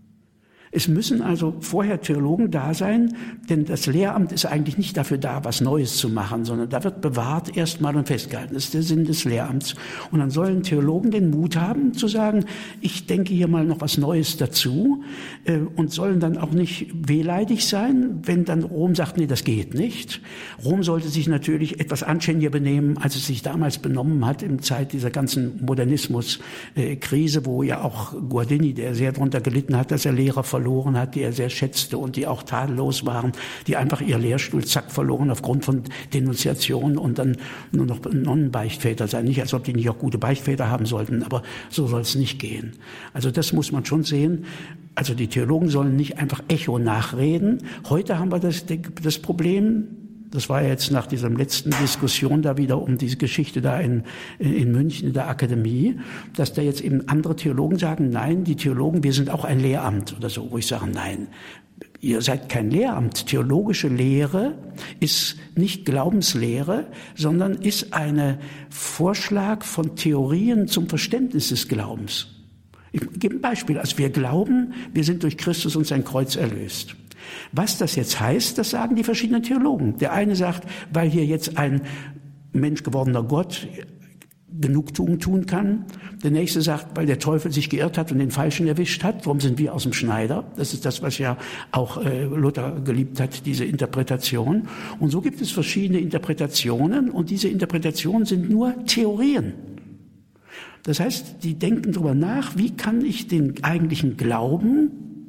Es müssen also vorher Theologen da sein, denn das Lehramt ist eigentlich nicht dafür da, was Neues zu machen, sondern da wird bewahrt erstmal und festgehalten. Das ist der Sinn des Lehramts. Und dann sollen Theologen den Mut haben, zu sagen, ich denke hier mal noch was Neues dazu äh, und sollen dann auch nicht wehleidig sein, wenn dann Rom sagt, nee, das geht nicht. Rom sollte sich natürlich etwas anständiger benehmen, als es sich damals benommen hat in Zeit dieser ganzen Modernismus-Krise, äh, wo ja auch Guardini, der sehr darunter gelitten hat, dass er Lehrer verloren verloren hat, die er sehr schätzte und die auch tadellos waren, die einfach ihr Lehrstuhl zack verloren aufgrund von Denunziationen und dann nur noch Nonnenbeichtväter sein. Nicht, als ob die nicht auch gute Beichtväter haben sollten, aber so soll es nicht gehen. Also das muss man schon sehen. Also die Theologen sollen nicht einfach Echo nachreden. Heute haben wir das, das Problem, das war ja jetzt nach dieser letzten Diskussion da wieder um diese Geschichte da in, in München in der Akademie, dass da jetzt eben andere Theologen sagen, nein, die Theologen, wir sind auch ein Lehramt oder so, wo ich sage, nein, ihr seid kein Lehramt. Theologische Lehre ist nicht Glaubenslehre, sondern ist ein Vorschlag von Theorien zum Verständnis des Glaubens. Ich gebe ein Beispiel. Also wir glauben, wir sind durch Christus und sein Kreuz erlöst. Was das jetzt heißt, das sagen die verschiedenen Theologen. Der eine sagt, weil hier jetzt ein menschgewordener Gott Genugtuung tun kann. Der nächste sagt, weil der Teufel sich geirrt hat und den Falschen erwischt hat. Warum sind wir aus dem Schneider? Das ist das, was ja auch äh, Luther geliebt hat, diese Interpretation. Und so gibt es verschiedene Interpretationen und diese Interpretationen sind nur Theorien. Das heißt, die denken darüber nach, wie kann ich den eigentlichen Glauben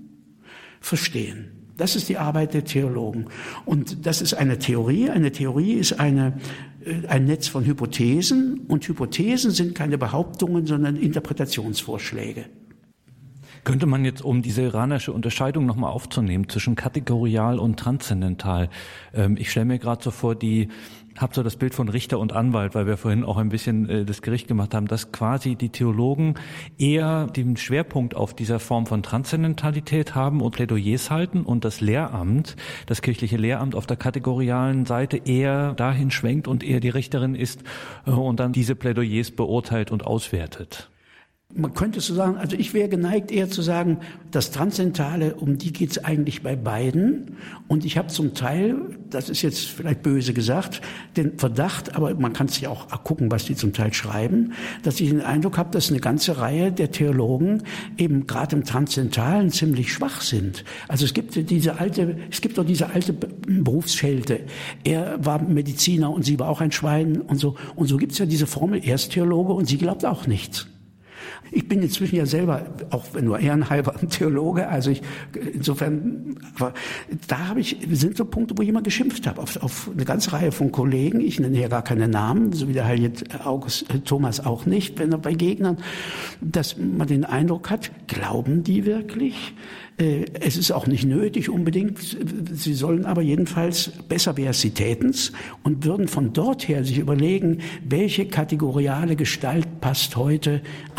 verstehen. Das ist die Arbeit der Theologen. Und das ist eine Theorie. Eine Theorie ist eine, ein Netz von Hypothesen. Und Hypothesen sind keine Behauptungen, sondern Interpretationsvorschläge. Könnte man jetzt, um diese iranische Unterscheidung nochmal aufzunehmen zwischen kategorial und transzendental, ähm, ich stelle mir gerade so vor, die habe so das Bild von Richter und Anwalt, weil wir vorhin auch ein bisschen äh, das Gericht gemacht haben, dass quasi die Theologen eher den Schwerpunkt auf dieser Form von Transzendentalität haben und Plädoyers halten und das Lehramt, das kirchliche Lehramt auf der kategorialen Seite eher dahin schwenkt und eher die Richterin ist äh, und dann diese Plädoyers beurteilt und auswertet. Man könnte so sagen, also ich wäre geneigt eher zu sagen, das Transzendentale, um die geht's eigentlich bei beiden. Und ich habe zum Teil, das ist jetzt vielleicht böse gesagt, den Verdacht, aber man kann sich auch gucken, was die zum Teil schreiben, dass ich den Eindruck habe, dass eine ganze Reihe der Theologen eben gerade im Transzendentalen ziemlich schwach sind. Also es gibt diese alte, es gibt doch diese alte Berufsschelte. Er war Mediziner und sie war auch ein Schwein und so. Und so gibt's ja diese Formel, er ist Theologe und sie glaubt auch nichts. Ich bin inzwischen ja selber, auch wenn nur ehrenhalber, ein Theologe, also ich, insofern, aber da habe ich, sind so Punkte, wo ich immer geschimpft habe, auf, auf eine ganze Reihe von Kollegen, ich nenne ja gar keine Namen, so wie der Heilige August Thomas auch nicht, wenn er bei Gegnern, dass man den Eindruck hat, glauben die wirklich? Es ist auch nicht nötig unbedingt, sie sollen aber jedenfalls, besser wäre es, sie täten's und würden von dort her sich überlegen, welche kategoriale Gestalt passt heute am besten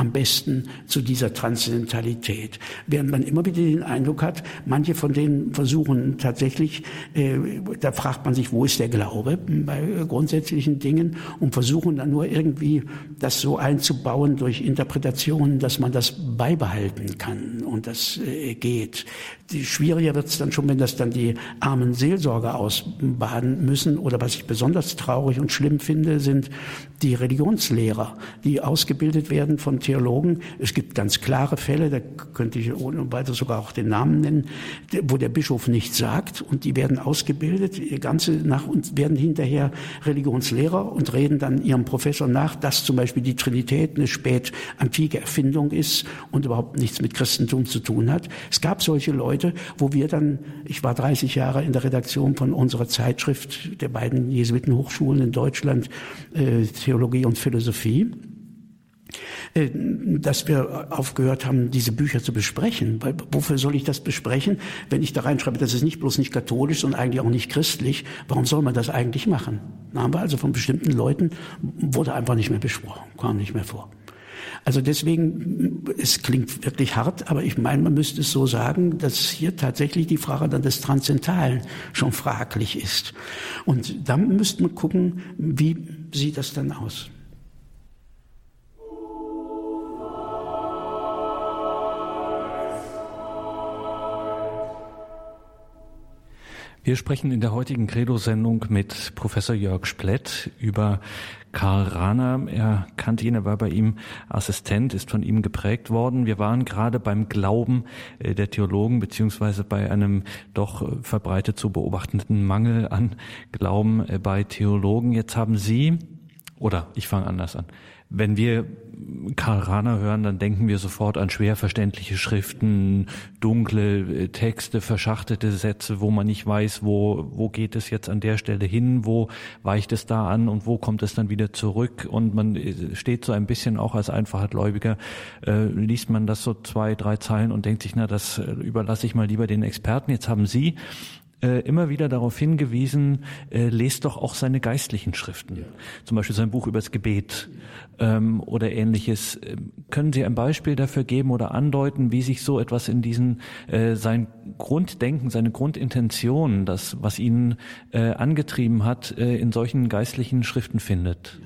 Christen zu dieser Transzendentalität. Während man immer wieder den Eindruck hat, manche von denen versuchen tatsächlich, äh, da fragt man sich, wo ist der Glaube bei grundsätzlichen Dingen, und versuchen dann nur irgendwie das so einzubauen durch Interpretationen, dass man das beibehalten kann und das äh, geht. Die, schwieriger wird es dann schon, wenn das dann die armen Seelsorger ausbaden müssen. Oder was ich besonders traurig und schlimm finde, sind die Religionslehrer, die ausgebildet werden von Theologen. Es gibt ganz klare Fälle, da könnte ich ohne weiter sogar auch den Namen nennen, wo der Bischof nichts sagt, und die werden ausgebildet, ihr ganze nach und werden hinterher Religionslehrer und reden dann ihrem Professor nach, dass zum Beispiel die Trinität eine spätantike Erfindung ist und überhaupt nichts mit Christentum zu tun hat. Es gab solche Leute, wo wir dann, ich war dreißig Jahre in der Redaktion von unserer Zeitschrift der beiden Jesuitenhochschulen in Deutschland, äh, Theologie und Philosophie, äh, dass wir aufgehört haben, diese Bücher zu besprechen. Weil, wofür soll ich das besprechen, wenn ich da reinschreibe, das ist nicht bloß nicht katholisch und eigentlich auch nicht christlich? Warum soll man das eigentlich machen? Da haben wir also von bestimmten Leuten, wurde einfach nicht mehr besprochen, kam nicht mehr vor. Also deswegen, es klingt wirklich hart, aber ich meine, man müsste es so sagen, dass hier tatsächlich die Frage dann des Transzendentalen schon fraglich ist. Und dann müsste man gucken, wie sieht das dann aus? Wir sprechen in der heutigen Credo-Sendung mit Professor Jörg Splett über Karl Rahner. Er kannte ihn, er war bei ihm Assistent, ist von ihm geprägt worden. Wir waren gerade beim Glauben der Theologen, beziehungsweise bei einem doch verbreitet zu beobachtenden Mangel an Glauben bei Theologen. Jetzt haben Sie, oder ich fange anders an, wenn wir Karl Rahner hören, dann denken wir sofort an schwer verständliche Schriften, dunkle Texte, verschachtelte Sätze, wo man nicht weiß, wo wo geht es jetzt an der Stelle hin, wo weicht es da an und wo kommt es dann wieder zurück. Und man steht so ein bisschen auch als einfacher Gläubiger, äh, liest man das so zwei, drei Zeilen und denkt sich, na, das überlasse ich mal lieber den Experten. Jetzt haben Sie Äh, immer wieder darauf hingewiesen, äh, lest doch auch seine geistlichen Schriften, ja. Zum Beispiel sein Buch übers Gebet ähm, oder Ähnliches. Können Sie ein Beispiel dafür geben oder andeuten, wie sich so etwas in diesen, äh, sein Grunddenken, seine Grundintention, das, was ihn äh, angetrieben hat, äh, in solchen geistlichen Schriften findet?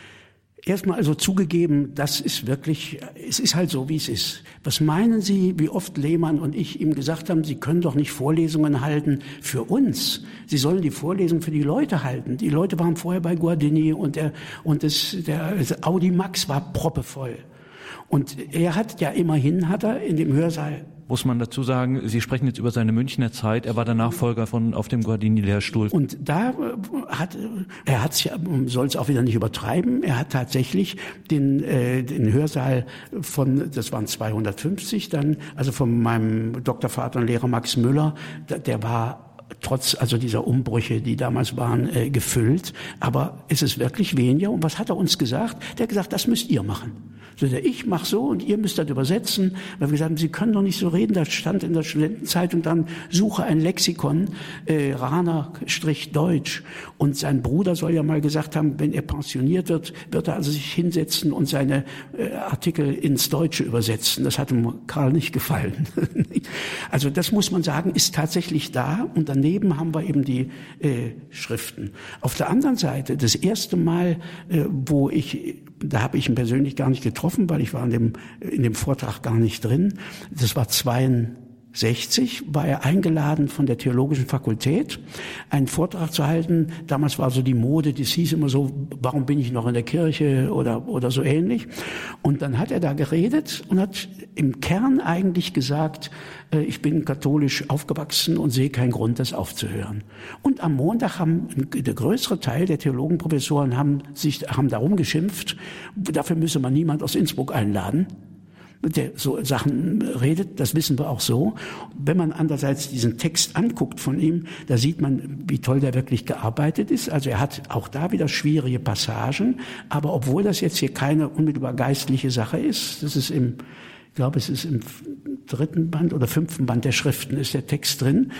Erstmal also zugegeben, das ist wirklich, es ist halt so, wie es ist. Was meinen Sie, wie oft Lehmann und ich ihm gesagt haben, Sie können doch nicht Vorlesungen halten für uns. Sie sollen die Vorlesungen für die Leute halten. Die Leute waren vorher bei Guardini und der, und das, der Audimax war proppevoll. Und er hat ja immerhin, hat er in dem Hörsaal, muss man dazu sagen, Sie sprechen jetzt über seine Münchner Zeit. Er war der Nachfolger von auf dem Guardini-Lehrstuhl. Und da hat er hat's ja, soll es auch wieder nicht übertreiben. Er hat tatsächlich den äh, den Hörsaal von, das waren zweihundertfünfzig dann, also von meinem Doktorvater und Lehrer Max Müller, der, der war trotz also dieser Umbrüche, die damals waren, äh, gefüllt. Aber es ist wirklich weniger. Und was hat er uns gesagt? Der hat gesagt, das müsst ihr machen. So, ich mache so und ihr müsst das übersetzen. Weil wir gesagt haben, Sie können doch nicht so reden. Da stand in der Studentenzeitung dann, suche ein Lexikon, äh, Rahner-Deutsch. Und sein Bruder soll ja mal gesagt haben, wenn er pensioniert wird, wird er also sich hinsetzen und seine äh, Artikel ins Deutsche übersetzen. Das hat ihm Karl nicht gefallen. Also das muss man sagen, ist tatsächlich da. Und daneben haben wir eben die äh, Schriften. Auf der anderen Seite, das erste Mal, äh, wo ich, da habe ich ihn persönlich gar nicht getroffen, weil ich war in dem, in dem Vortrag gar nicht drin. Das war zweiundsechzig, war er eingeladen von der Theologischen Fakultät, einen Vortrag zu halten. Damals war so die Mode, das hieß immer so, warum bin ich noch in der Kirche oder, oder so ähnlich. Und dann hat er da geredet und hat im Kern eigentlich gesagt, äh, ich bin katholisch aufgewachsen und sehe keinen Grund, das aufzuhören. Und am Montag haben der größere Teil der Theologenprofessoren haben sich, haben darum geschimpft, dafür müsse man niemand aus Innsbruck einladen, der so Sachen redet, das wissen wir auch so. Wenn man andererseits diesen Text anguckt von ihm, da sieht man, wie toll der wirklich gearbeitet ist. Also er hat auch da wieder schwierige Passagen, aber obwohl das jetzt hier keine unmittelbar geistliche Sache ist, das ist im ich glaube, es ist im dritten Band oder fünften Band der Schriften ist der Text drin.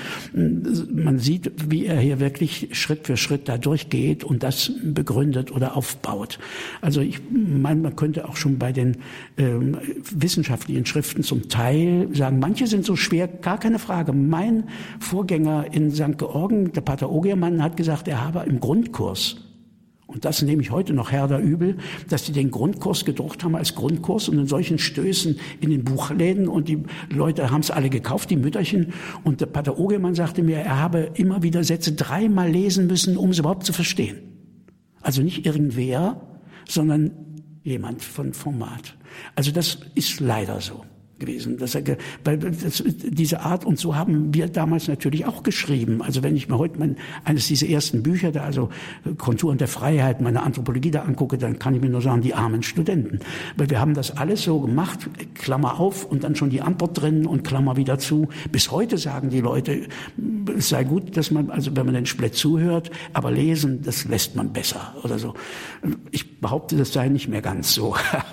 Man sieht, wie er hier wirklich Schritt für Schritt da durchgeht und das begründet oder aufbaut. Also ich meine, man könnte auch schon bei den ähm, wissenschaftlichen Schriften zum Teil sagen, manche sind so schwer, gar keine Frage. Mein Vorgänger in Sankt Georgen, der Pater Ogiermann, hat gesagt, er habe im Grundkurs, und das nehme ich heute noch herder übel, dass die den Grundkurs gedruckt haben als Grundkurs und in solchen Stößen in den Buchläden und die Leute haben es alle gekauft, die Mütterchen. Und der Pater Ogiermann sagte mir, er habe immer wieder Sätze dreimal lesen müssen, um es überhaupt zu verstehen. Also nicht irgendwer, sondern jemand von Format. Also das ist leider so gewesen. Das, weil das, diese Art, und so haben wir damals natürlich auch geschrieben. Also wenn ich mir heute mein, eines dieser ersten Bücher, da also Konturen der Freiheit, meine Anthropologie da angucke, dann kann ich mir nur sagen, die armen Studenten. Weil wir haben das alles so gemacht, Klammer auf und dann schon die Antwort drin und Klammer wieder zu. Bis heute sagen die Leute, es sei gut, dass man, also wenn man den Splett zuhört, aber lesen, das lässt man besser oder so. Ich behaupte, das sei nicht mehr ganz so.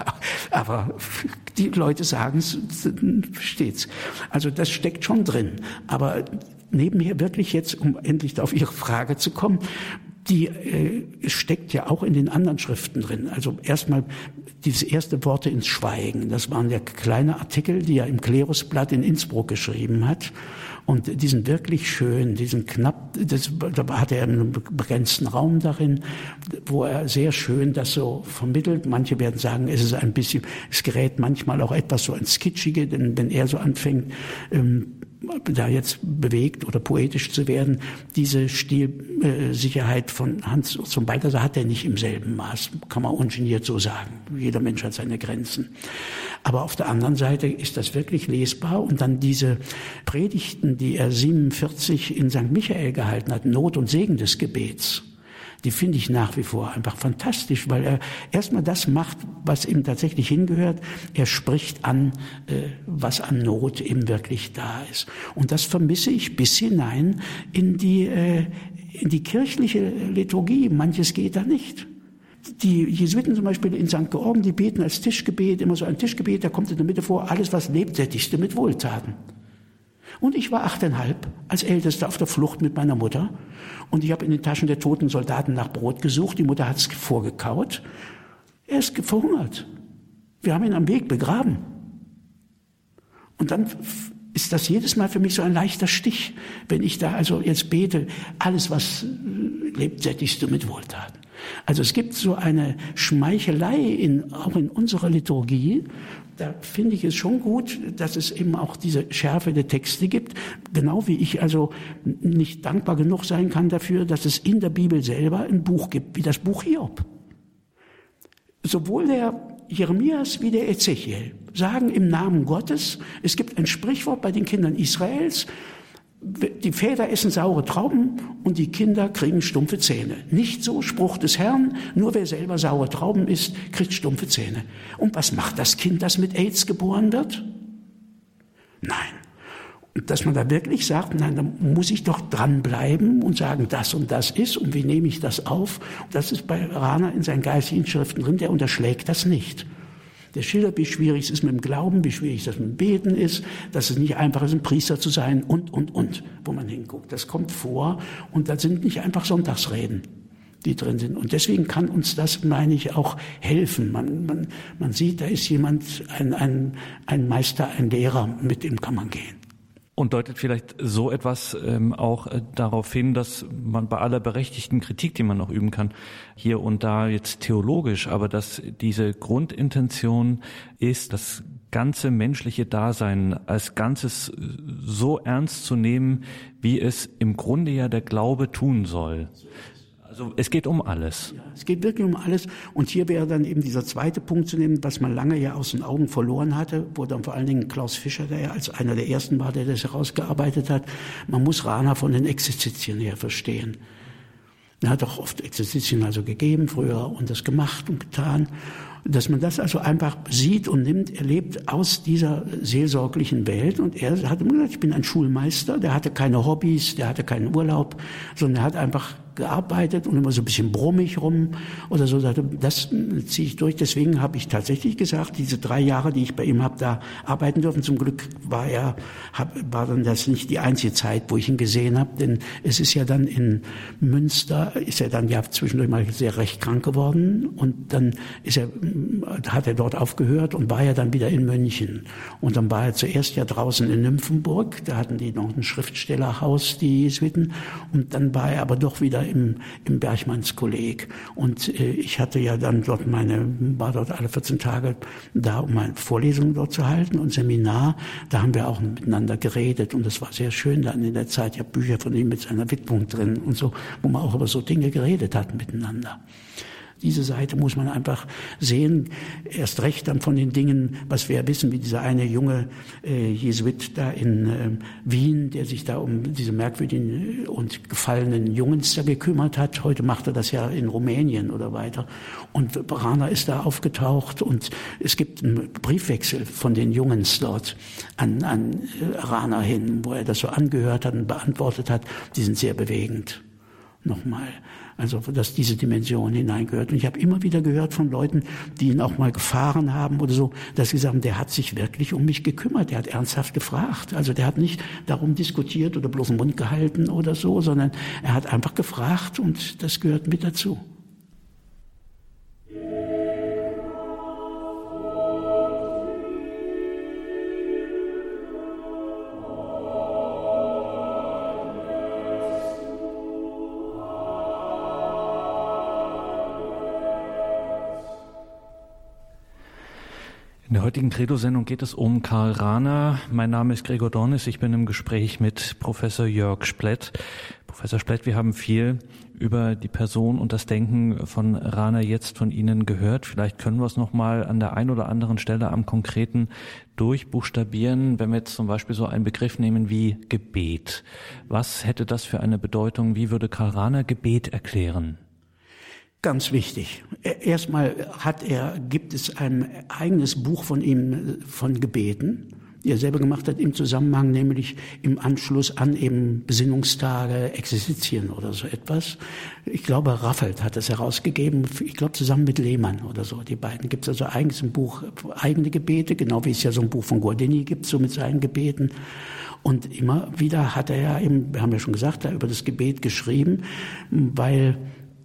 Aber die Leute sagen es, steht's. Also das steckt schon drin. Aber nebenher wirklich jetzt, um endlich auf Ihre Frage zu kommen, die äh, steckt ja auch in den anderen Schriften drin. Also erstmal dieses erste Worte ins Schweigen. Das waren ja kleine Artikel, die er im Klerusblatt in Innsbruck geschrieben hat. Und die sind wirklich schön, die sind knapp, das, da hat er einen begrenzten Raum darin, wo er sehr schön das so vermittelt. Manche werden sagen, es ist ein bisschen, es gerät manchmal auch etwas so ins Kitschige, denn wenn er so anfängt, ähm, da jetzt bewegt oder poetisch zu werden, diese Stilsicherheit von Hans zum Balthasar hat er nicht im selben Maß, kann man ungeniert so sagen. Jeder Mensch hat seine Grenzen. Aber auf der anderen Seite ist das wirklich lesbar und dann diese Predigten, die er siebenundvierzig in Sankt Michael gehalten hat, Not und Segen des Gebets, die finde ich nach wie vor einfach fantastisch, weil er erstmal das macht, was ihm tatsächlich hingehört. Er spricht an, äh, was an Not eben wirklich da ist. Und das vermisse ich bis hinein in die, äh, in die kirchliche Liturgie. Manches geht da nicht. Die Jesuiten zum Beispiel in Sankt Georgen, die beten als Tischgebet, immer so ein Tischgebet, da kommt in der Mitte vor, alles was lebt, sättigste mit Wohltaten. Und ich war achteinhalb, als Ältester auf der Flucht mit meiner Mutter. Und ich habe in den Taschen der toten Soldaten nach Brot gesucht. Die Mutter hat es vorgekaut. Er ist verhungert. Wir haben ihn am Weg begraben. Und dann ist das jedes Mal für mich so ein leichter Stich, wenn ich da also jetzt bete, alles was lebt, sättigst du mit Wohltaten. Also es gibt so eine Schmeichelei in, auch in unserer Liturgie. Da finde ich es schon gut, dass es eben auch diese Schärfe der Texte gibt. Genau wie ich also nicht dankbar genug sein kann dafür, dass es in der Bibel selber ein Buch gibt, wie das Buch Hiob. Sowohl der Jeremias wie der Ezechiel sagen im Namen Gottes, es gibt ein Sprichwort bei den Kindern Israels, die Väter essen saure Trauben und die Kinder kriegen stumpfe Zähne. Nicht so, Spruch des Herrn, nur wer selber saure Trauben isst, kriegt stumpfe Zähne. Und was macht das Kind, das mit AIDS geboren wird? Nein. Und dass man da wirklich sagt, nein, da muss ich doch dranbleiben und sagen, das und das ist und wie nehme ich das auf? Das ist bei Rahner in seinen geistigen Schriften drin, der unterschlägt das nicht. Der schildert, wie schwierig es ist mit dem Glauben, wie schwierig das mit dem Beten ist, dass es nicht einfach ist, ein Priester zu sein und, und, und, wo man hinguckt. Das kommt vor und das sind nicht einfach Sonntagsreden, die drin sind. Und deswegen kann uns das, meine ich, auch helfen. Man, man, man sieht, da ist jemand, ein, ein, ein Meister, ein Lehrer, mit dem kann man gehen. Und deutet vielleicht so etwas ähm, auch äh, darauf hin, dass man bei aller berechtigten Kritik, die man noch üben kann, hier und da jetzt theologisch, aber dass diese Grundintention ist, das ganze menschliche Dasein als Ganzes so ernst zu nehmen, wie es im Grunde ja der Glaube tun soll. Also es geht um alles. Ja, es geht wirklich um alles. Und hier wäre dann eben dieser zweite Punkt zu nehmen, was man lange ja aus den Augen verloren hatte, wo dann vor allen Dingen Klaus Fischer, der ja als einer der ersten war, der das herausgearbeitet hat. Man muss Rahner von den Exerzitien her verstehen. Er hat auch oft Exerzitien also gegeben früher und das gemacht und getan. Dass man das also einfach sieht und nimmt, er lebt aus dieser seelsorglichen Welt. Und er hat immer gesagt, ich bin ein Schulmeister, der hatte keine Hobbys, der hatte keinen Urlaub, sondern er hat einfach gearbeitet und immer so ein bisschen brummig rum oder so. Das ziehe ich durch. Deswegen habe ich tatsächlich gesagt, diese drei Jahre, die ich bei ihm habe da arbeiten dürfen, zum Glück war er, hab, war dann das nicht die einzige Zeit, wo ich ihn gesehen habe, denn es ist ja dann in Münster, ist er dann ja zwischendurch mal sehr recht krank geworden und dann ist er, hat er dort aufgehört und war ja dann wieder in München. Und dann war er zuerst ja draußen in Nymphenburg, da hatten die noch ein Schriftstellerhaus, die Jesuiten, und dann war er aber doch wieder im, im Berchmannskolleg. Und äh, ich hatte ja dann dort meine, war dort alle vierzehn Tage da, um meine Vorlesungen dort zu halten und Seminar. Da haben wir auch miteinander geredet und das war sehr schön dann in der Zeit. Ich habe Bücher von ihm mit seiner Widmung drin und so, wo man auch über so Dinge geredet hat miteinander. Diese Seite muss man einfach sehen, erst recht dann von den Dingen, was wir wissen, wie dieser eine junge äh, Jesuit da in äh, Wien, der sich da um diese merkwürdigen und gefallenen Jungens da gekümmert hat. Heute macht er das ja in Rumänien oder weiter. Und Rana ist da aufgetaucht und es gibt einen Briefwechsel von den Jungens dort an, an Rana hin, wo er das so angehört hat und beantwortet hat. Die sind sehr bewegend. Nochmal. Also, dass diese Dimension hineingehört. Und ich habe immer wieder gehört von Leuten, die ihn auch mal gefahren haben oder so, dass sie sagen, der hat sich wirklich um mich gekümmert, der hat ernsthaft gefragt. Also der hat nicht darum diskutiert oder bloß den Mund gehalten oder so, sondern er hat einfach gefragt und das gehört mit dazu. In der heutigen Credo-Sendung geht es um Karl Rahner. Mein Name ist Gregor Dornis. Ich bin im Gespräch mit Professor Jörg Splett. Professor Splett, wir haben viel über die Person und das Denken von Rahner jetzt von Ihnen gehört. Vielleicht können wir es noch mal an der einen oder anderen Stelle am Konkreten durchbuchstabieren. Wenn wir jetzt zum Beispiel so einen Begriff nehmen wie Gebet. Was hätte das für eine Bedeutung? Wie würde Karl Rahner Gebet erklären? Ganz wichtig. Erstmal hat er, gibt es ein eigenes Buch von ihm, von Gebeten, die er selber gemacht hat im Zusammenhang, nämlich im Anschluss an eben Besinnungstage, Exerzitien oder so etwas. Ich glaube, Raffelt hat das herausgegeben, ich glaube zusammen mit Lehmann oder so, die beiden. Gibt es also eigenes ein Buch, eigene Gebete, genau wie es ja so ein Buch von Guardini gibt, so mit seinen Gebeten. Und immer wieder hat er ja eben, wir haben ja schon gesagt, da über das Gebet geschrieben, weil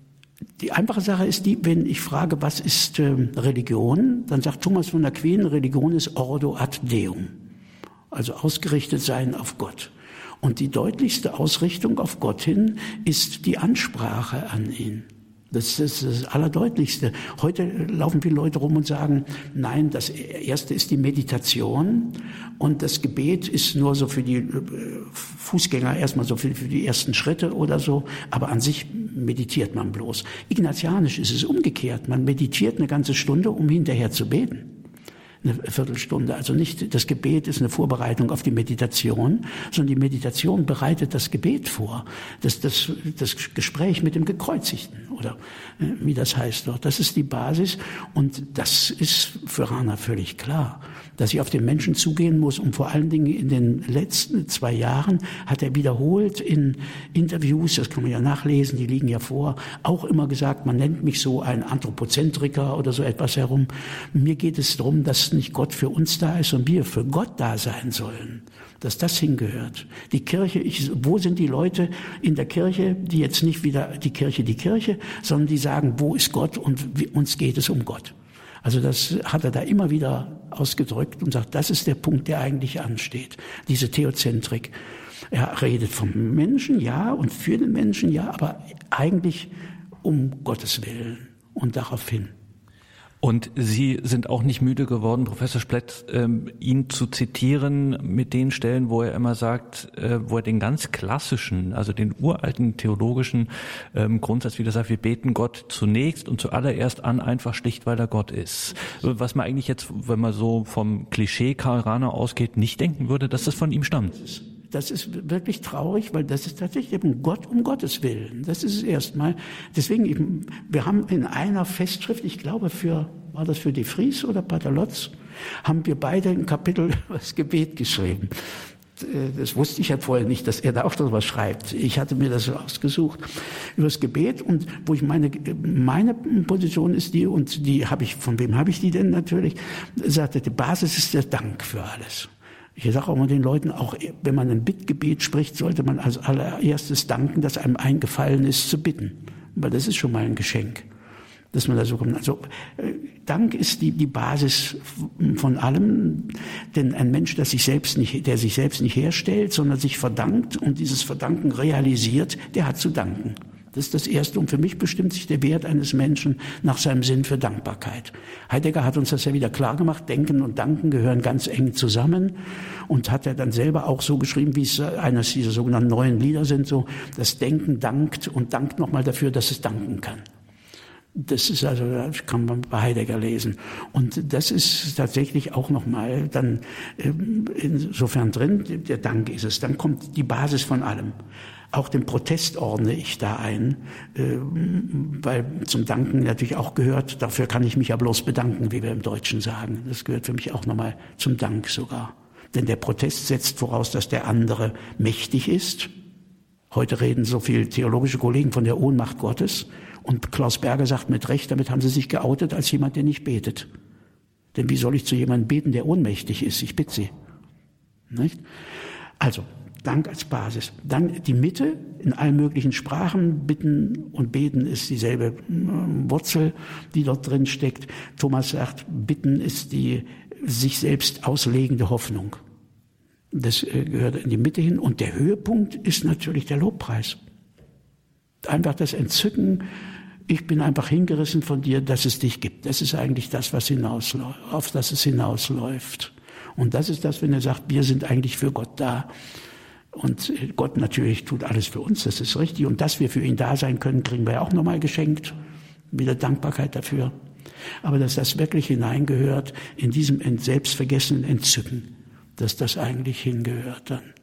die einfache Sache ist die, wenn ich frage, was ist äh, Religion, dann sagt Thomas von Aquin, Religion ist Ordo ad Deum, also ausgerichtet sein auf Gott. Und die deutlichste Ausrichtung auf Gott hin ist die Ansprache an ihn. Das ist das Allerdeutlichste. Heute laufen viele Leute rum und sagen, nein, das Erste ist die Meditation und das Gebet ist nur so für die Fußgänger erstmal so für, für die ersten Schritte oder so, aber an sich meditiert man bloß. Ignatianisch ist es umgekehrt. Man meditiert eine ganze Stunde, um hinterher zu beten. Eine Viertelstunde. Also nicht das Gebet ist eine Vorbereitung auf die Meditation, sondern die Meditation bereitet das Gebet vor. Das, das, das Gespräch mit dem Gekreuzigten oder äh, wie das heißt dort. Das ist die Basis und das ist für Rahner völlig klar, dass ich auf den Menschen zugehen muss und vor allen Dingen in den letzten zwei Jahren hat er wiederholt in Interviews, das kann man ja nachlesen, die liegen ja vor, auch immer gesagt, man nennt mich so ein Anthropozentriker oder so etwas herum. Mir geht es darum, dass nicht Gott für uns da ist und wir für Gott da sein sollen, dass das hingehört. Die Kirche, ich, wo sind die Leute in der Kirche, die jetzt nicht wieder die Kirche, die Kirche, sondern die sagen, wo ist Gott und wie, uns geht es um Gott. Also das hat er da immer wieder ausgedrückt und sagt, das ist der Punkt, der eigentlich ansteht, diese Theozentrik. Er redet vom Menschen, ja, und für den Menschen, ja, aber eigentlich um Gottes Willen und darauf hin. Und Sie sind auch nicht müde geworden, Professor Splett, ähm, ihn zu zitieren mit den Stellen, wo er immer sagt, äh, wo er den ganz klassischen, also den uralten theologischen ähm, Grundsatz wieder sagt, wir beten Gott zunächst und zuallererst an, einfach schlicht, weil er Gott ist. Was man eigentlich jetzt, wenn man so vom Klischee Karl Rahner ausgeht, nicht denken würde, dass das von ihm stammt. das ist wirklich traurig, weil das ist tatsächlich eben Gott um Gottes Willen. Das ist es erstmal. Deswegen eben, wir haben in einer Festschrift, ich glaube für, war das für de Vries oder Pater Lotz, haben wir beide ein Kapitel über das Gebet geschrieben. Das wusste ich ja vorher nicht, dass er da auch darüber schreibt. Ich hatte mir das ausgesucht über das Gebet und wo ich meine meine Position ist die und die habe ich, von wem habe ich die denn natürlich? Sagte, die Basis ist der Dank für alles. Ich sage auch mal den Leuten, auch wenn man ein Bittgebet spricht, sollte man als allererstes danken, dass einem eingefallen ist zu bitten, weil das ist schon mal ein Geschenk, dass man da so kommt. Also Dank ist die die Basis von allem, denn ein Mensch, der sich selbst nicht, der sich selbst nicht herstellt, sondern sich verdankt und dieses Verdanken realisiert, der hat zu danken. Das ist das Erste und für mich bestimmt sich der Wert eines Menschen nach seinem Sinn für Dankbarkeit. Heidegger hat uns das ja wieder klar gemacht, Denken und Danken gehören ganz eng zusammen und hat er dann selber auch so geschrieben, wie es eines dieser sogenannten neuen Lieder sind, so, das Denken dankt und dankt nochmal dafür, dass es danken kann. Das ist also, das kann man bei Heidegger lesen. Und das ist tatsächlich auch nochmal dann insofern drin, der Dank ist es. Dann kommt die Basis von allem. Auch den Protest ordne ich da ein, weil zum Danken natürlich auch gehört, dafür kann ich mich ja bloß bedanken, wie wir im Deutschen sagen. Das gehört für mich auch nochmal zum Dank sogar. Denn der Protest setzt voraus, dass der andere mächtig ist. Heute reden so viele theologische Kollegen von der Ohnmacht Gottes. Und Klaus Berger sagt mit Recht, damit haben sie sich geoutet als jemand, der nicht betet. Denn wie soll ich zu jemandem beten, der ohnmächtig ist? Ich bitte Sie. Nicht? Also, Dank als Basis. Dann die Mitte in allen möglichen Sprachen. Bitten und beten ist dieselbe Wurzel, die dort drin steckt. Thomas sagt, bitten ist die sich selbst auslegende Hoffnung. Das gehört in die Mitte hin. Und der Höhepunkt ist natürlich der Lobpreis. Einfach das Entzücken, ich bin einfach hingerissen von dir, dass es dich gibt. Das ist eigentlich das, was hinausläuft, auf das es hinausläuft. Und das ist das, wenn er sagt, wir sind eigentlich für Gott da. Und Gott natürlich tut alles für uns, das ist richtig. Und dass wir für ihn da sein können, kriegen wir ja auch nochmal geschenkt. Wieder Dankbarkeit dafür. Aber dass das wirklich hineingehört, in diesem selbstvergessenen Entzücken, dass das eigentlich hingehört dann.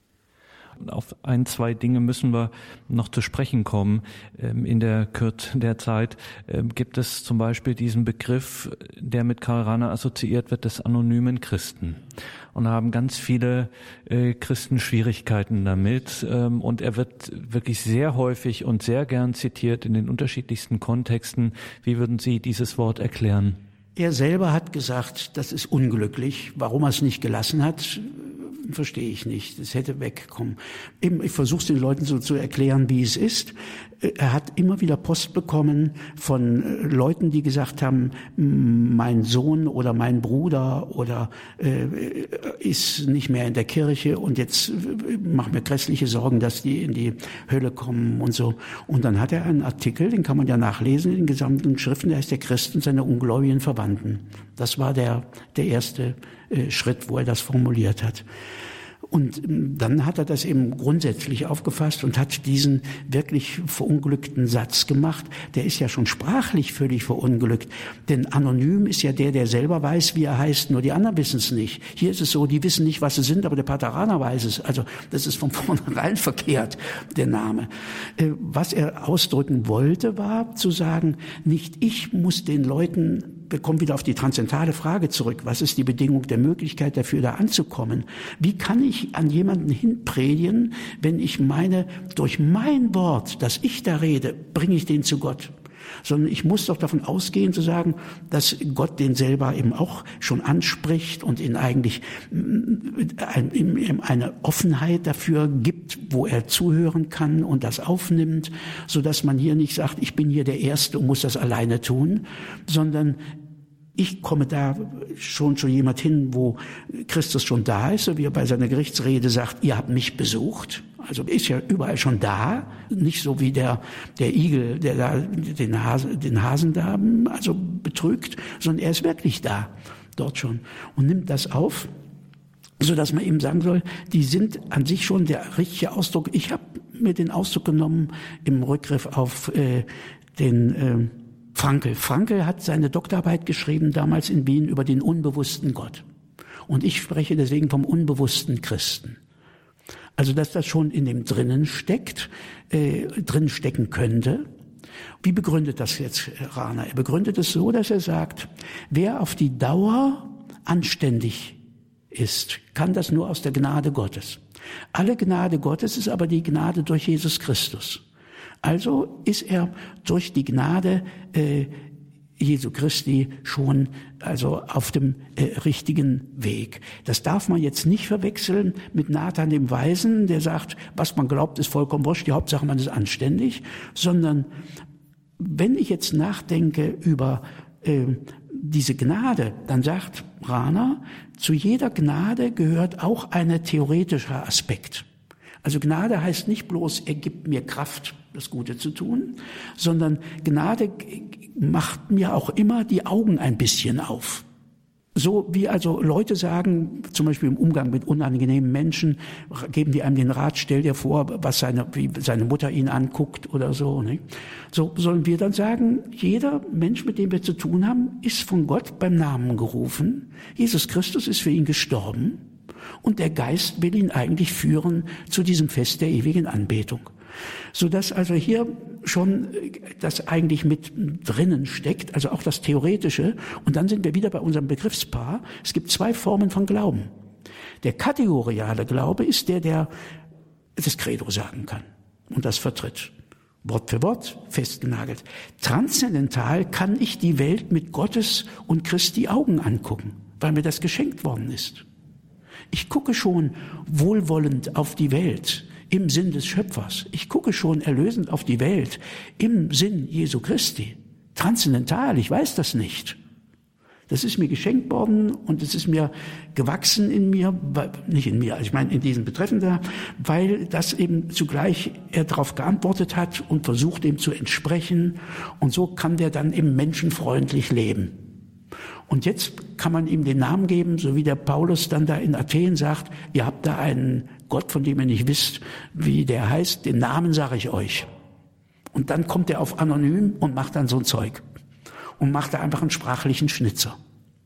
Auf ein, zwei Dinge müssen wir noch zu sprechen kommen. In der Kürze der Zeit gibt es zum Beispiel diesen Begriff, der mit Karl Rahner assoziiert wird, des anonymen Christen. Und da haben ganz viele Christen Schwierigkeiten damit. Und er wird wirklich sehr häufig und sehr gern zitiert in den unterschiedlichsten Kontexten. Wie würden Sie dieses Wort erklären? Er selber hat gesagt, das ist unglücklich. Warum er es nicht gelassen hat, verstehe ich nicht. Es hätte wegkommen. Eben, ich versuche es den Leuten so zu erklären, wie es ist. Er hat immer wieder Post bekommen von Leuten, die gesagt haben, mein Sohn oder mein Bruder oder äh, ist nicht mehr in der Kirche und jetzt machen wir grässliche Sorgen, dass die in die Hölle kommen und so. Und dann hat er einen Artikel, den kann man ja nachlesen in den gesamten Schriften, der heißt der Christ und seine ungläubigen Verwandten. Das war der, der erste äh, Schritt, wo er das formuliert hat. Und dann hat er das eben grundsätzlich aufgefasst und hat diesen wirklich verunglückten Satz gemacht. Der ist ja schon sprachlich völlig verunglückt. Denn anonym ist ja der, der selber weiß, wie er heißt, nur die anderen wissen es nicht. Hier ist es so, die wissen nicht, was sie sind, aber der Pater Rahner weiß es. Also das ist von vornherein verkehrt, der Name. Was er ausdrücken wollte, war zu sagen, nicht ich muss den Leuten, wir kommen wieder auf die transzendentale Frage zurück, was ist die Bedingung der Möglichkeit dafür, da anzukommen? Wie kann ich an jemanden hinpredigen, wenn ich meine, durch mein Wort, das ich da rede, bringe ich den zu Gott? Sondern ich muss doch davon ausgehen, zu sagen, dass Gott den selber eben auch schon anspricht und ihn eigentlich eine Offenheit dafür gibt, wo er zuhören kann und das aufnimmt, so dass man hier nicht sagt, ich bin hier der Erste und muss das alleine tun, sondern ich komme da schon schon jemand hin, wo Christus schon da ist, so wie er bei seiner Gerichtsrede sagt, ihr habt mich besucht. Also ist ja überall schon da, nicht so wie der der Igel, der da den Hasen, den Hasen da also betrügt, sondern er ist wirklich da, dort schon und nimmt das auf, so dass man eben sagen soll, die sind an sich schon der richtige Ausdruck. Ich habe mir den Ausdruck genommen im Rückgriff auf äh, den äh, Frankl. Frankl hat seine Doktorarbeit geschrieben, damals in Wien, über den unbewussten Gott. Und ich spreche deswegen vom unbewussten Christen. Also dass das schon in dem drinnen steckt, äh, drin stecken könnte. Wie begründet das jetzt Rahner? Er begründet es so, dass er sagt, wer auf die Dauer anständig ist, kann das nur aus der Gnade Gottes. Alle Gnade Gottes ist aber die Gnade durch Jesus Christus. Also ist er durch die Gnade äh, Jesu Christi schon also auf dem äh, richtigen Weg. Das darf man jetzt nicht verwechseln mit Nathan dem Weisen, der sagt, was man glaubt, ist vollkommen wurscht, die Hauptsache man ist anständig, sondern wenn ich jetzt nachdenke über äh, diese Gnade, dann sagt Rahner, zu jeder Gnade gehört auch ein theoretischer Aspekt. Also Gnade heißt nicht bloß, er gibt mir Kraft, das Gute zu tun, sondern Gnade macht mir auch immer die Augen ein bisschen auf. So wie also Leute sagen, zum Beispiel im Umgang mit unangenehmen Menschen, geben die einem den Rat, stell dir vor, was seine, wie seine Mutter ihn anguckt oder so. Nicht? So sollen wir dann sagen, jeder Mensch, mit dem wir zu tun haben, ist von Gott beim Namen gerufen. Jesus Christus ist für ihn gestorben und der Geist will ihn eigentlich führen zu diesem Fest der ewigen Anbetung. Sodass also hier schon das eigentlich mit drinnen steckt, also auch das Theoretische. Und dann sind wir wieder bei unserem Begriffspaar. Es gibt zwei Formen von Glauben. Der kategoriale Glaube ist der, der das Credo sagen kann und das vertritt. Wort für Wort, festgenagelt. Transzendental kann ich die Welt mit Gottes und Christi Augen angucken, weil mir das geschenkt worden ist. Ich gucke schon wohlwollend auf die Welt im Sinn des Schöpfers. Ich gucke schon erlösend auf die Welt im Sinn Jesu Christi. Transzendental, ich weiß das nicht. Das ist mir geschenkt worden und es ist mir gewachsen in mir, nicht in mir, also ich meine in diesem Betreffenden, weil das eben zugleich er darauf geantwortet hat und versucht dem zu entsprechen und so kann der dann eben menschenfreundlich leben. Und jetzt kann man ihm den Namen geben, so wie der Paulus dann da in Athen sagt, ihr habt da einen Gott, von dem ihr nicht wisst, wie der heißt, den Namen sage ich euch. Und dann kommt er auf anonym und macht dann so ein Zeug. Und macht da einfach einen sprachlichen Schnitzer.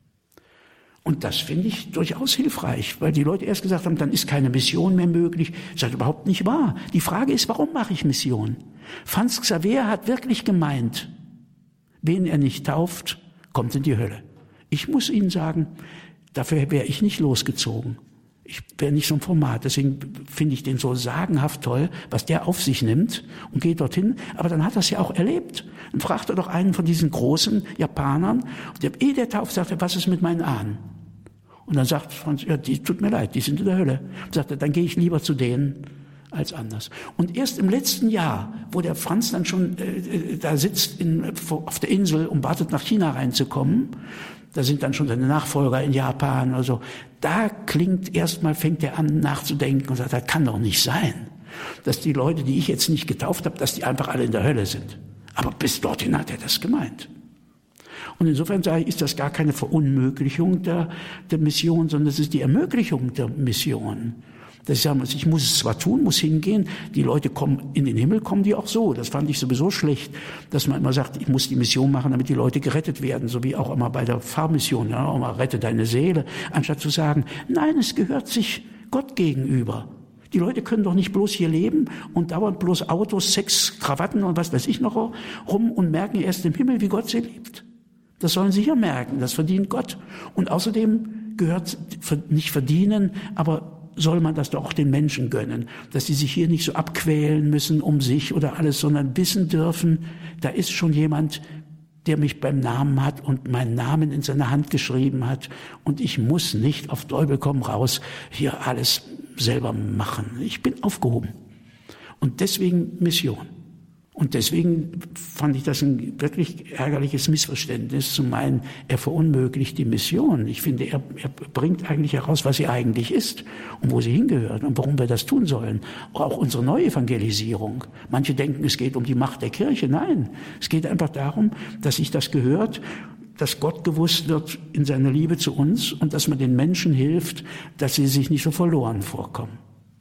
Und das finde ich durchaus hilfreich, weil die Leute erst gesagt haben, dann ist keine Mission mehr möglich. Das ist überhaupt nicht wahr. Die Frage ist, warum mache ich Mission? Franz Xaver hat wirklich gemeint, wen er nicht tauft, kommt in die Hölle. Ich muss Ihnen sagen, dafür wäre ich nicht losgezogen. Ich wäre nicht so ein Format. Deswegen finde ich den so sagenhaft toll, was der auf sich nimmt und geht dorthin. Aber dann hat er es ja auch erlebt. Dann fragt er doch einen von diesen großen Japanern, der, ehe der tauft, sagt er, was ist mit meinen Ahnen? Und dann sagt Franz, ja, die tut mir leid, die sind in der Hölle. Und sagt er, dann gehe ich lieber zu denen als anders. Und erst im letzten Jahr, wo der Franz dann schon äh, da sitzt in, auf der Insel und wartet, nach China reinzukommen, da sind dann schon seine Nachfolger in Japan oder so, da klingt erstmal, fängt er an nachzudenken und sagt, das kann doch nicht sein, dass die Leute, die ich jetzt nicht getauft habe, dass die einfach alle in der Hölle sind. Aber bis dorthin hat er das gemeint. Und insofern sage ich, ist das gar keine Verunmöglichung der, der Mission, sondern es ist die Ermöglichung der Mission. Dass ich sage, ich muss es zwar tun, muss hingehen, die Leute kommen in den Himmel, kommen die auch so. Das fand ich sowieso schlecht, dass man immer sagt, ich muss die Mission machen, damit die Leute gerettet werden, so wie auch immer bei der Pfarrmission, ja, auch mal rette deine Seele, anstatt zu sagen, nein, es gehört sich Gott gegenüber. Die Leute können doch nicht bloß hier leben und dauernd bloß Autos, Sex, Krawatten und was weiß ich noch rum und merken erst im Himmel, wie Gott sie liebt. Das sollen sie hier merken, das verdient Gott. Und außerdem gehört nicht verdienen, aber soll man das doch auch den Menschen gönnen, dass sie sich hier nicht so abquälen müssen um sich oder alles, sondern wissen dürfen, da ist schon jemand, der mich beim Namen hat und meinen Namen in seine Hand geschrieben hat und ich muss nicht auf Teufel komm raus hier alles selber machen. Ich bin aufgehoben. Und deswegen Mission. Und deswegen fand ich das ein wirklich ärgerliches Missverständnis zu meinen, er verunmöglicht die Mission. Ich finde, er, er bringt eigentlich heraus, was sie eigentlich ist und wo sie hingehört und warum wir das tun sollen. Auch unsere Neuevangelisierung. Manche denken, es geht um die Macht der Kirche. Nein, es geht einfach darum, dass sich das gehört, dass Gott gewusst wird in seiner Liebe zu uns und dass man den Menschen hilft, dass sie sich nicht so verloren vorkommen.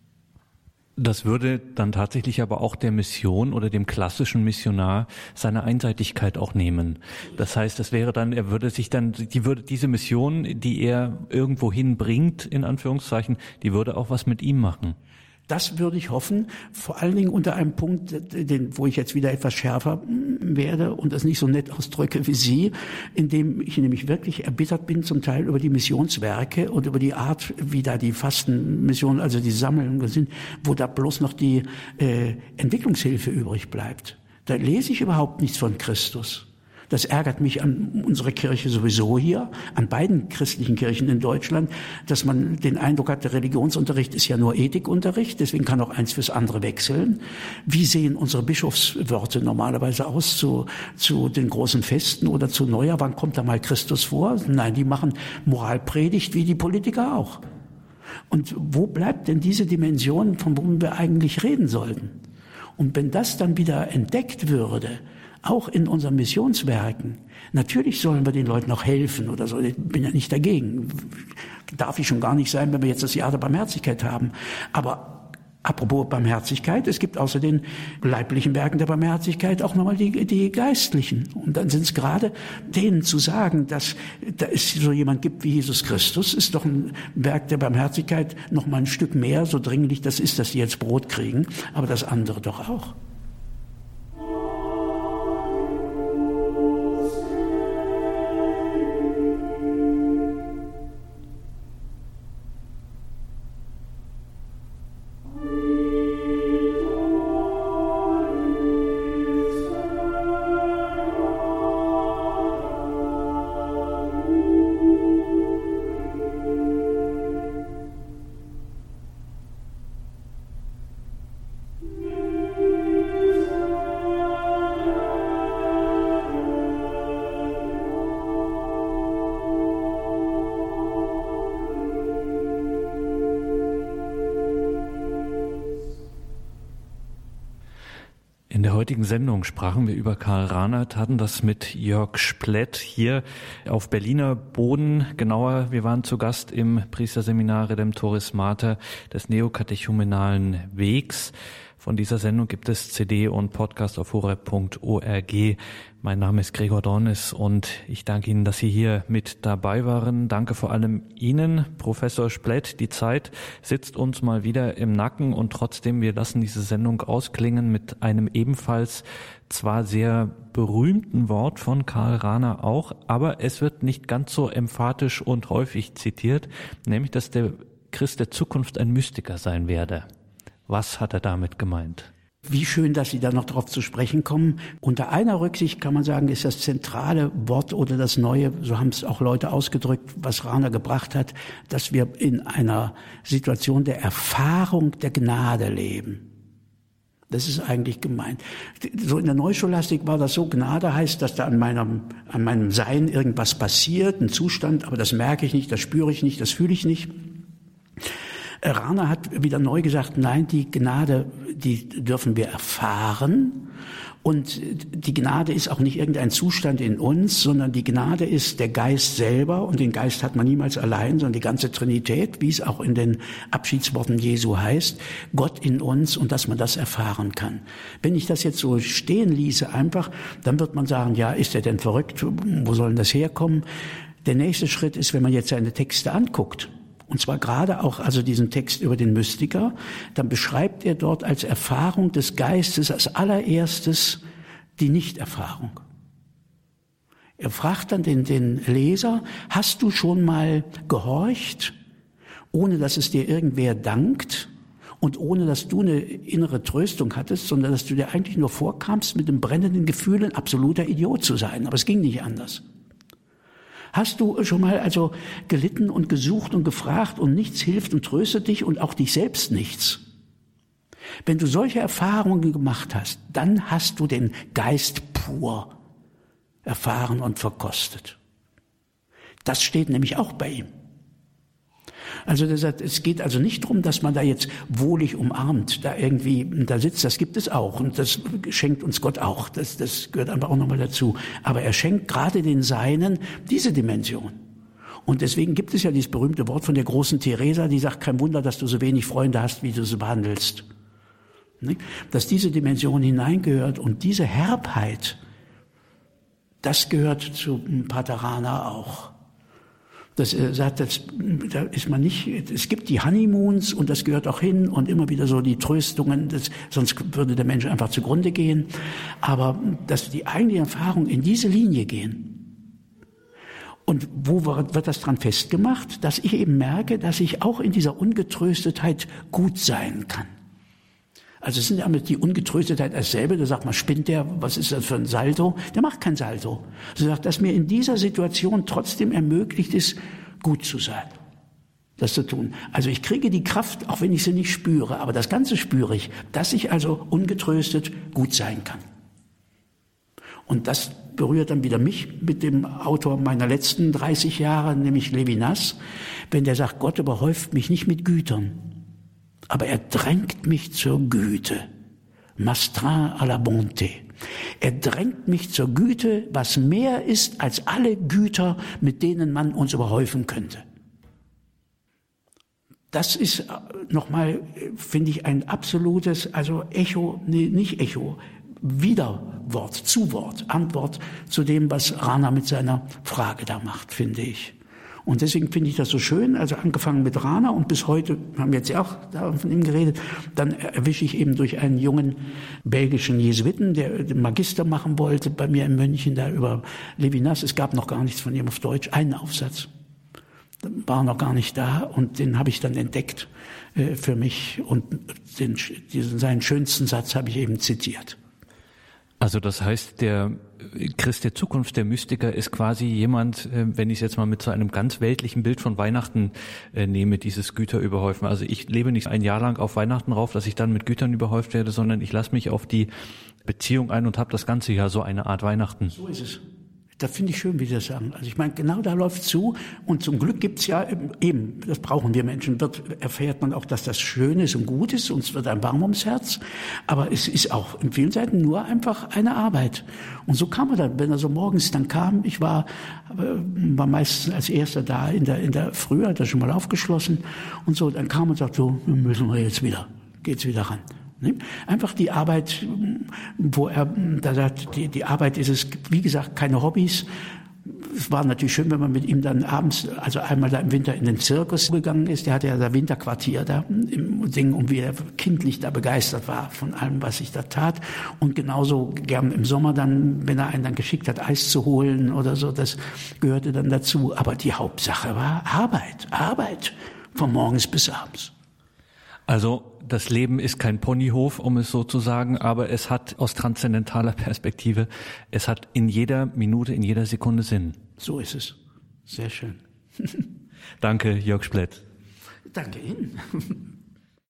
Das würde dann tatsächlich aber auch der Mission oder dem klassischen Missionar seine Einseitigkeit auch nehmen. Das heißt, das wäre dann, er würde sich dann, die würde, diese Mission, die er irgendwo hinbringt, in Anführungszeichen, die würde auch was mit ihm machen. Das würde ich hoffen, vor allen Dingen unter einem Punkt, den, wo ich jetzt wieder etwas schärfer werde und das nicht so nett ausdrücke wie Sie, indem ich nämlich wirklich erbittert bin zum Teil über die Missionswerke und über die Art, wie da die Fastenmissionen, also die Sammlungen sind, wo da bloß noch die äh, Entwicklungshilfe übrig bleibt. Da lese ich überhaupt nichts von Christus. Das ärgert mich an unserer Kirche sowieso hier, an beiden christlichen Kirchen in Deutschland, dass man den Eindruck hat, der Religionsunterricht ist ja nur Ethikunterricht, deswegen kann auch eins fürs andere wechseln. Wie sehen unsere Bischofswörter normalerweise aus zu, zu den großen Festen oder zu Neujahr? Wann kommt da mal Christus vor? Nein, die machen Moralpredigt wie die Politiker auch. Und wo bleibt denn diese Dimension, von wom wir eigentlich reden sollten? Und wenn das dann wieder entdeckt würde, auch in unseren Missionswerken. Natürlich sollen wir den Leuten auch helfen oder so. Ich bin ja nicht dagegen. Darf ich schon gar nicht sein, wenn wir jetzt das Jahr der Barmherzigkeit haben. Aber apropos Barmherzigkeit, es gibt außer den leiblichen Werken der Barmherzigkeit auch nochmal die, die geistlichen. Und dann sind es gerade denen zu sagen, dass, dass es so jemand gibt wie Jesus Christus, ist doch ein Werk der Barmherzigkeit nochmal ein Stück mehr, so dringlich das ist, dass die jetzt Brot kriegen, aber das andere doch auch. In der heutigen Sendung sprachen wir über Karl Rahner, taten das mit Jörg Splett hier auf Berliner Boden. Genauer, wir waren zu Gast im Priesterseminar Redemptoris Mater des neokatechumenalen Wegs. Von dieser Sendung gibt es C D und Podcast auf horeb punkt org. Mein Name ist Gregor Dornis und ich danke Ihnen, dass Sie hier mit dabei waren. Danke vor allem Ihnen, Professor Splett. Die Zeit sitzt uns mal wieder im Nacken und trotzdem, wir lassen diese Sendung ausklingen mit einem ebenfalls zwar sehr berühmten Wort von Karl Rahner auch, aber es wird nicht ganz so emphatisch und häufig zitiert, nämlich, dass der Christ der Zukunft ein Mystiker sein werde. Was hat er damit gemeint? Wie schön, dass Sie da noch drauf zu sprechen kommen. Unter einer Rücksicht kann man sagen, ist das zentrale Wort oder das Neue, so haben es auch Leute ausgedrückt, was Rahner gebracht hat, dass wir in einer Situation der Erfahrung der Gnade leben. Das ist eigentlich gemeint. So in der Neuscholastik war das so, Gnade heißt, dass da an meinem, an meinem Sein irgendwas passiert, ein Zustand, aber das merke ich nicht, das spüre ich nicht, das fühle ich nicht. Rahner hat wieder neu gesagt, nein, die Gnade, die dürfen wir erfahren. Und die Gnade ist auch nicht irgendein Zustand in uns, sondern die Gnade ist der Geist selber. Und den Geist hat man niemals allein, sondern die ganze Trinität, wie es auch in den Abschiedsworten Jesu heißt, Gott in uns und dass man das erfahren kann. Wenn ich das jetzt so stehen ließe einfach, dann wird man sagen, ja, ist er denn verrückt? Wo soll denn das herkommen? Der nächste Schritt ist, wenn man jetzt seine Texte anguckt, und zwar gerade auch also diesen Text über den Mystiker, dann beschreibt er dort als Erfahrung des Geistes als allererstes die Nichterfahrung. Er fragt dann den, den Leser, hast du schon mal gehorcht, ohne dass es dir irgendwer dankt und ohne dass du eine innere Tröstung hattest, sondern dass du dir eigentlich nur vorkamst, mit dem brennenden Gefühl ein absoluter Idiot zu sein. Aber es ging nicht anders. Hast du schon mal also gelitten und gesucht und gefragt und nichts hilft und tröstet dich und auch dich selbst nichts? Wenn du solche Erfahrungen gemacht hast, dann hast du den Geist pur erfahren und verkostet. Das steht nämlich auch bei ihm. Also das heißt, es geht also nicht darum, dass man da jetzt wohlig umarmt, da irgendwie da sitzt, das gibt es auch und das schenkt uns Gott auch, das, das gehört einfach auch nochmal dazu. Aber er schenkt gerade den Seinen diese Dimension. Und deswegen gibt es ja dieses berühmte Wort von der großen Teresa, die sagt, kein Wunder, dass du so wenig Freunde hast, wie du sie behandelst. Dass diese Dimension hineingehört und diese Herbheit, das gehört zu Pater Rahner auch. Das äh, sagt, das, da ist man nicht, es gibt die Honeymoons und das gehört auch hin und immer wieder so die Tröstungen, das, sonst würde der Mensch einfach zugrunde gehen. Aber dass die eigentliche Erfahrung in diese Linie gehen. Und wo wird das dran festgemacht? Dass ich eben merke, dass ich auch in dieser Ungetröstetheit gut sein kann. Also es sind ja mit die Ungetröstetheit dasselbe, da sagt man, spinnt der, was ist das für ein Salto? Der macht kein Salto. Sie sagt, dass mir in dieser Situation trotzdem ermöglicht ist, gut zu sein, das zu tun. Also ich kriege die Kraft, auch wenn ich sie nicht spüre, aber das Ganze spüre ich, dass ich also ungetröstet gut sein kann. Und das berührt dann wieder mich mit dem Autor meiner letzten dreißig Jahre, nämlich Levinas, wenn der sagt, Gott überhäuft mich nicht mit Gütern, aber er drängt mich zur Güte. M'astreint à la bonté. Er drängt mich zur Güte, was mehr ist als alle Güter, mit denen man uns überhäufen könnte. Das ist nochmal, finde ich, ein absolutes, also Echo, nee, nicht Echo, Widerwort, Zuwort, Antwort zu dem, was Rana mit seiner Frage da macht, finde ich. Und deswegen finde ich das so schön, also angefangen mit Rana und bis heute, haben wir jetzt ja auch da von ihm geredet, dann erwische ich eben durch einen jungen belgischen Jesuiten, der den Magister machen wollte bei mir in München, da über Levinas, es gab noch gar nichts von ihm auf Deutsch, einen Aufsatz, war noch gar nicht da und den habe ich dann entdeckt äh, für mich und den, diesen, seinen schönsten Satz habe ich eben zitiert. Also das heißt, der Christ der Zukunft, der Mystiker, ist quasi jemand, wenn ich es jetzt mal mit so einem ganz weltlichen Bild von Weihnachten äh, nehme, dieses Güterüberhäufen. Also ich lebe nicht ein Jahr lang auf Weihnachten rauf, dass ich dann mit Gütern überhäuft werde, sondern ich lasse mich auf die Beziehung ein und habe das ganze Jahr so eine Art Weihnachten. So ist es. Das finde ich schön, wie Sie das sagen. Also ich meine, genau da läuft zu. Und zum Glück gibt's ja eben, das brauchen wir Menschen, wird, erfährt man auch, dass das schön ist und gut ist. Uns wird ein warm ums Herz. Aber es ist auch in vielen Seiten nur einfach eine Arbeit. Und so kam er dann, wenn er so morgens dann kam, ich war, war meistens als Erster da in der, in der Früh, hat er schon mal aufgeschlossen und so. Dann kam und sagte, so, müssen wir jetzt wieder, geht's wieder ran. Einfach die Arbeit, wo er da sagt, die, die Arbeit ist es, wie gesagt, keine Hobbys. Es war natürlich schön, wenn man mit ihm dann abends, also einmal da im Winter in den Zirkus gegangen ist. Der hatte ja das Winterquartier da im Ding und wie er kindlich da begeistert war von allem, was ich da tat. Und genauso gern im Sommer dann, wenn er einen dann geschickt hat, Eis zu holen oder so, das gehörte dann dazu. Aber die Hauptsache war Arbeit, Arbeit von morgens bis abends. Also das Leben ist kein Ponyhof, um es so zu sagen, aber es hat aus transzendentaler Perspektive, es hat in jeder Minute, in jeder Sekunde Sinn. So ist es. Sehr schön. Danke, Jörg Splett. Danke Ihnen.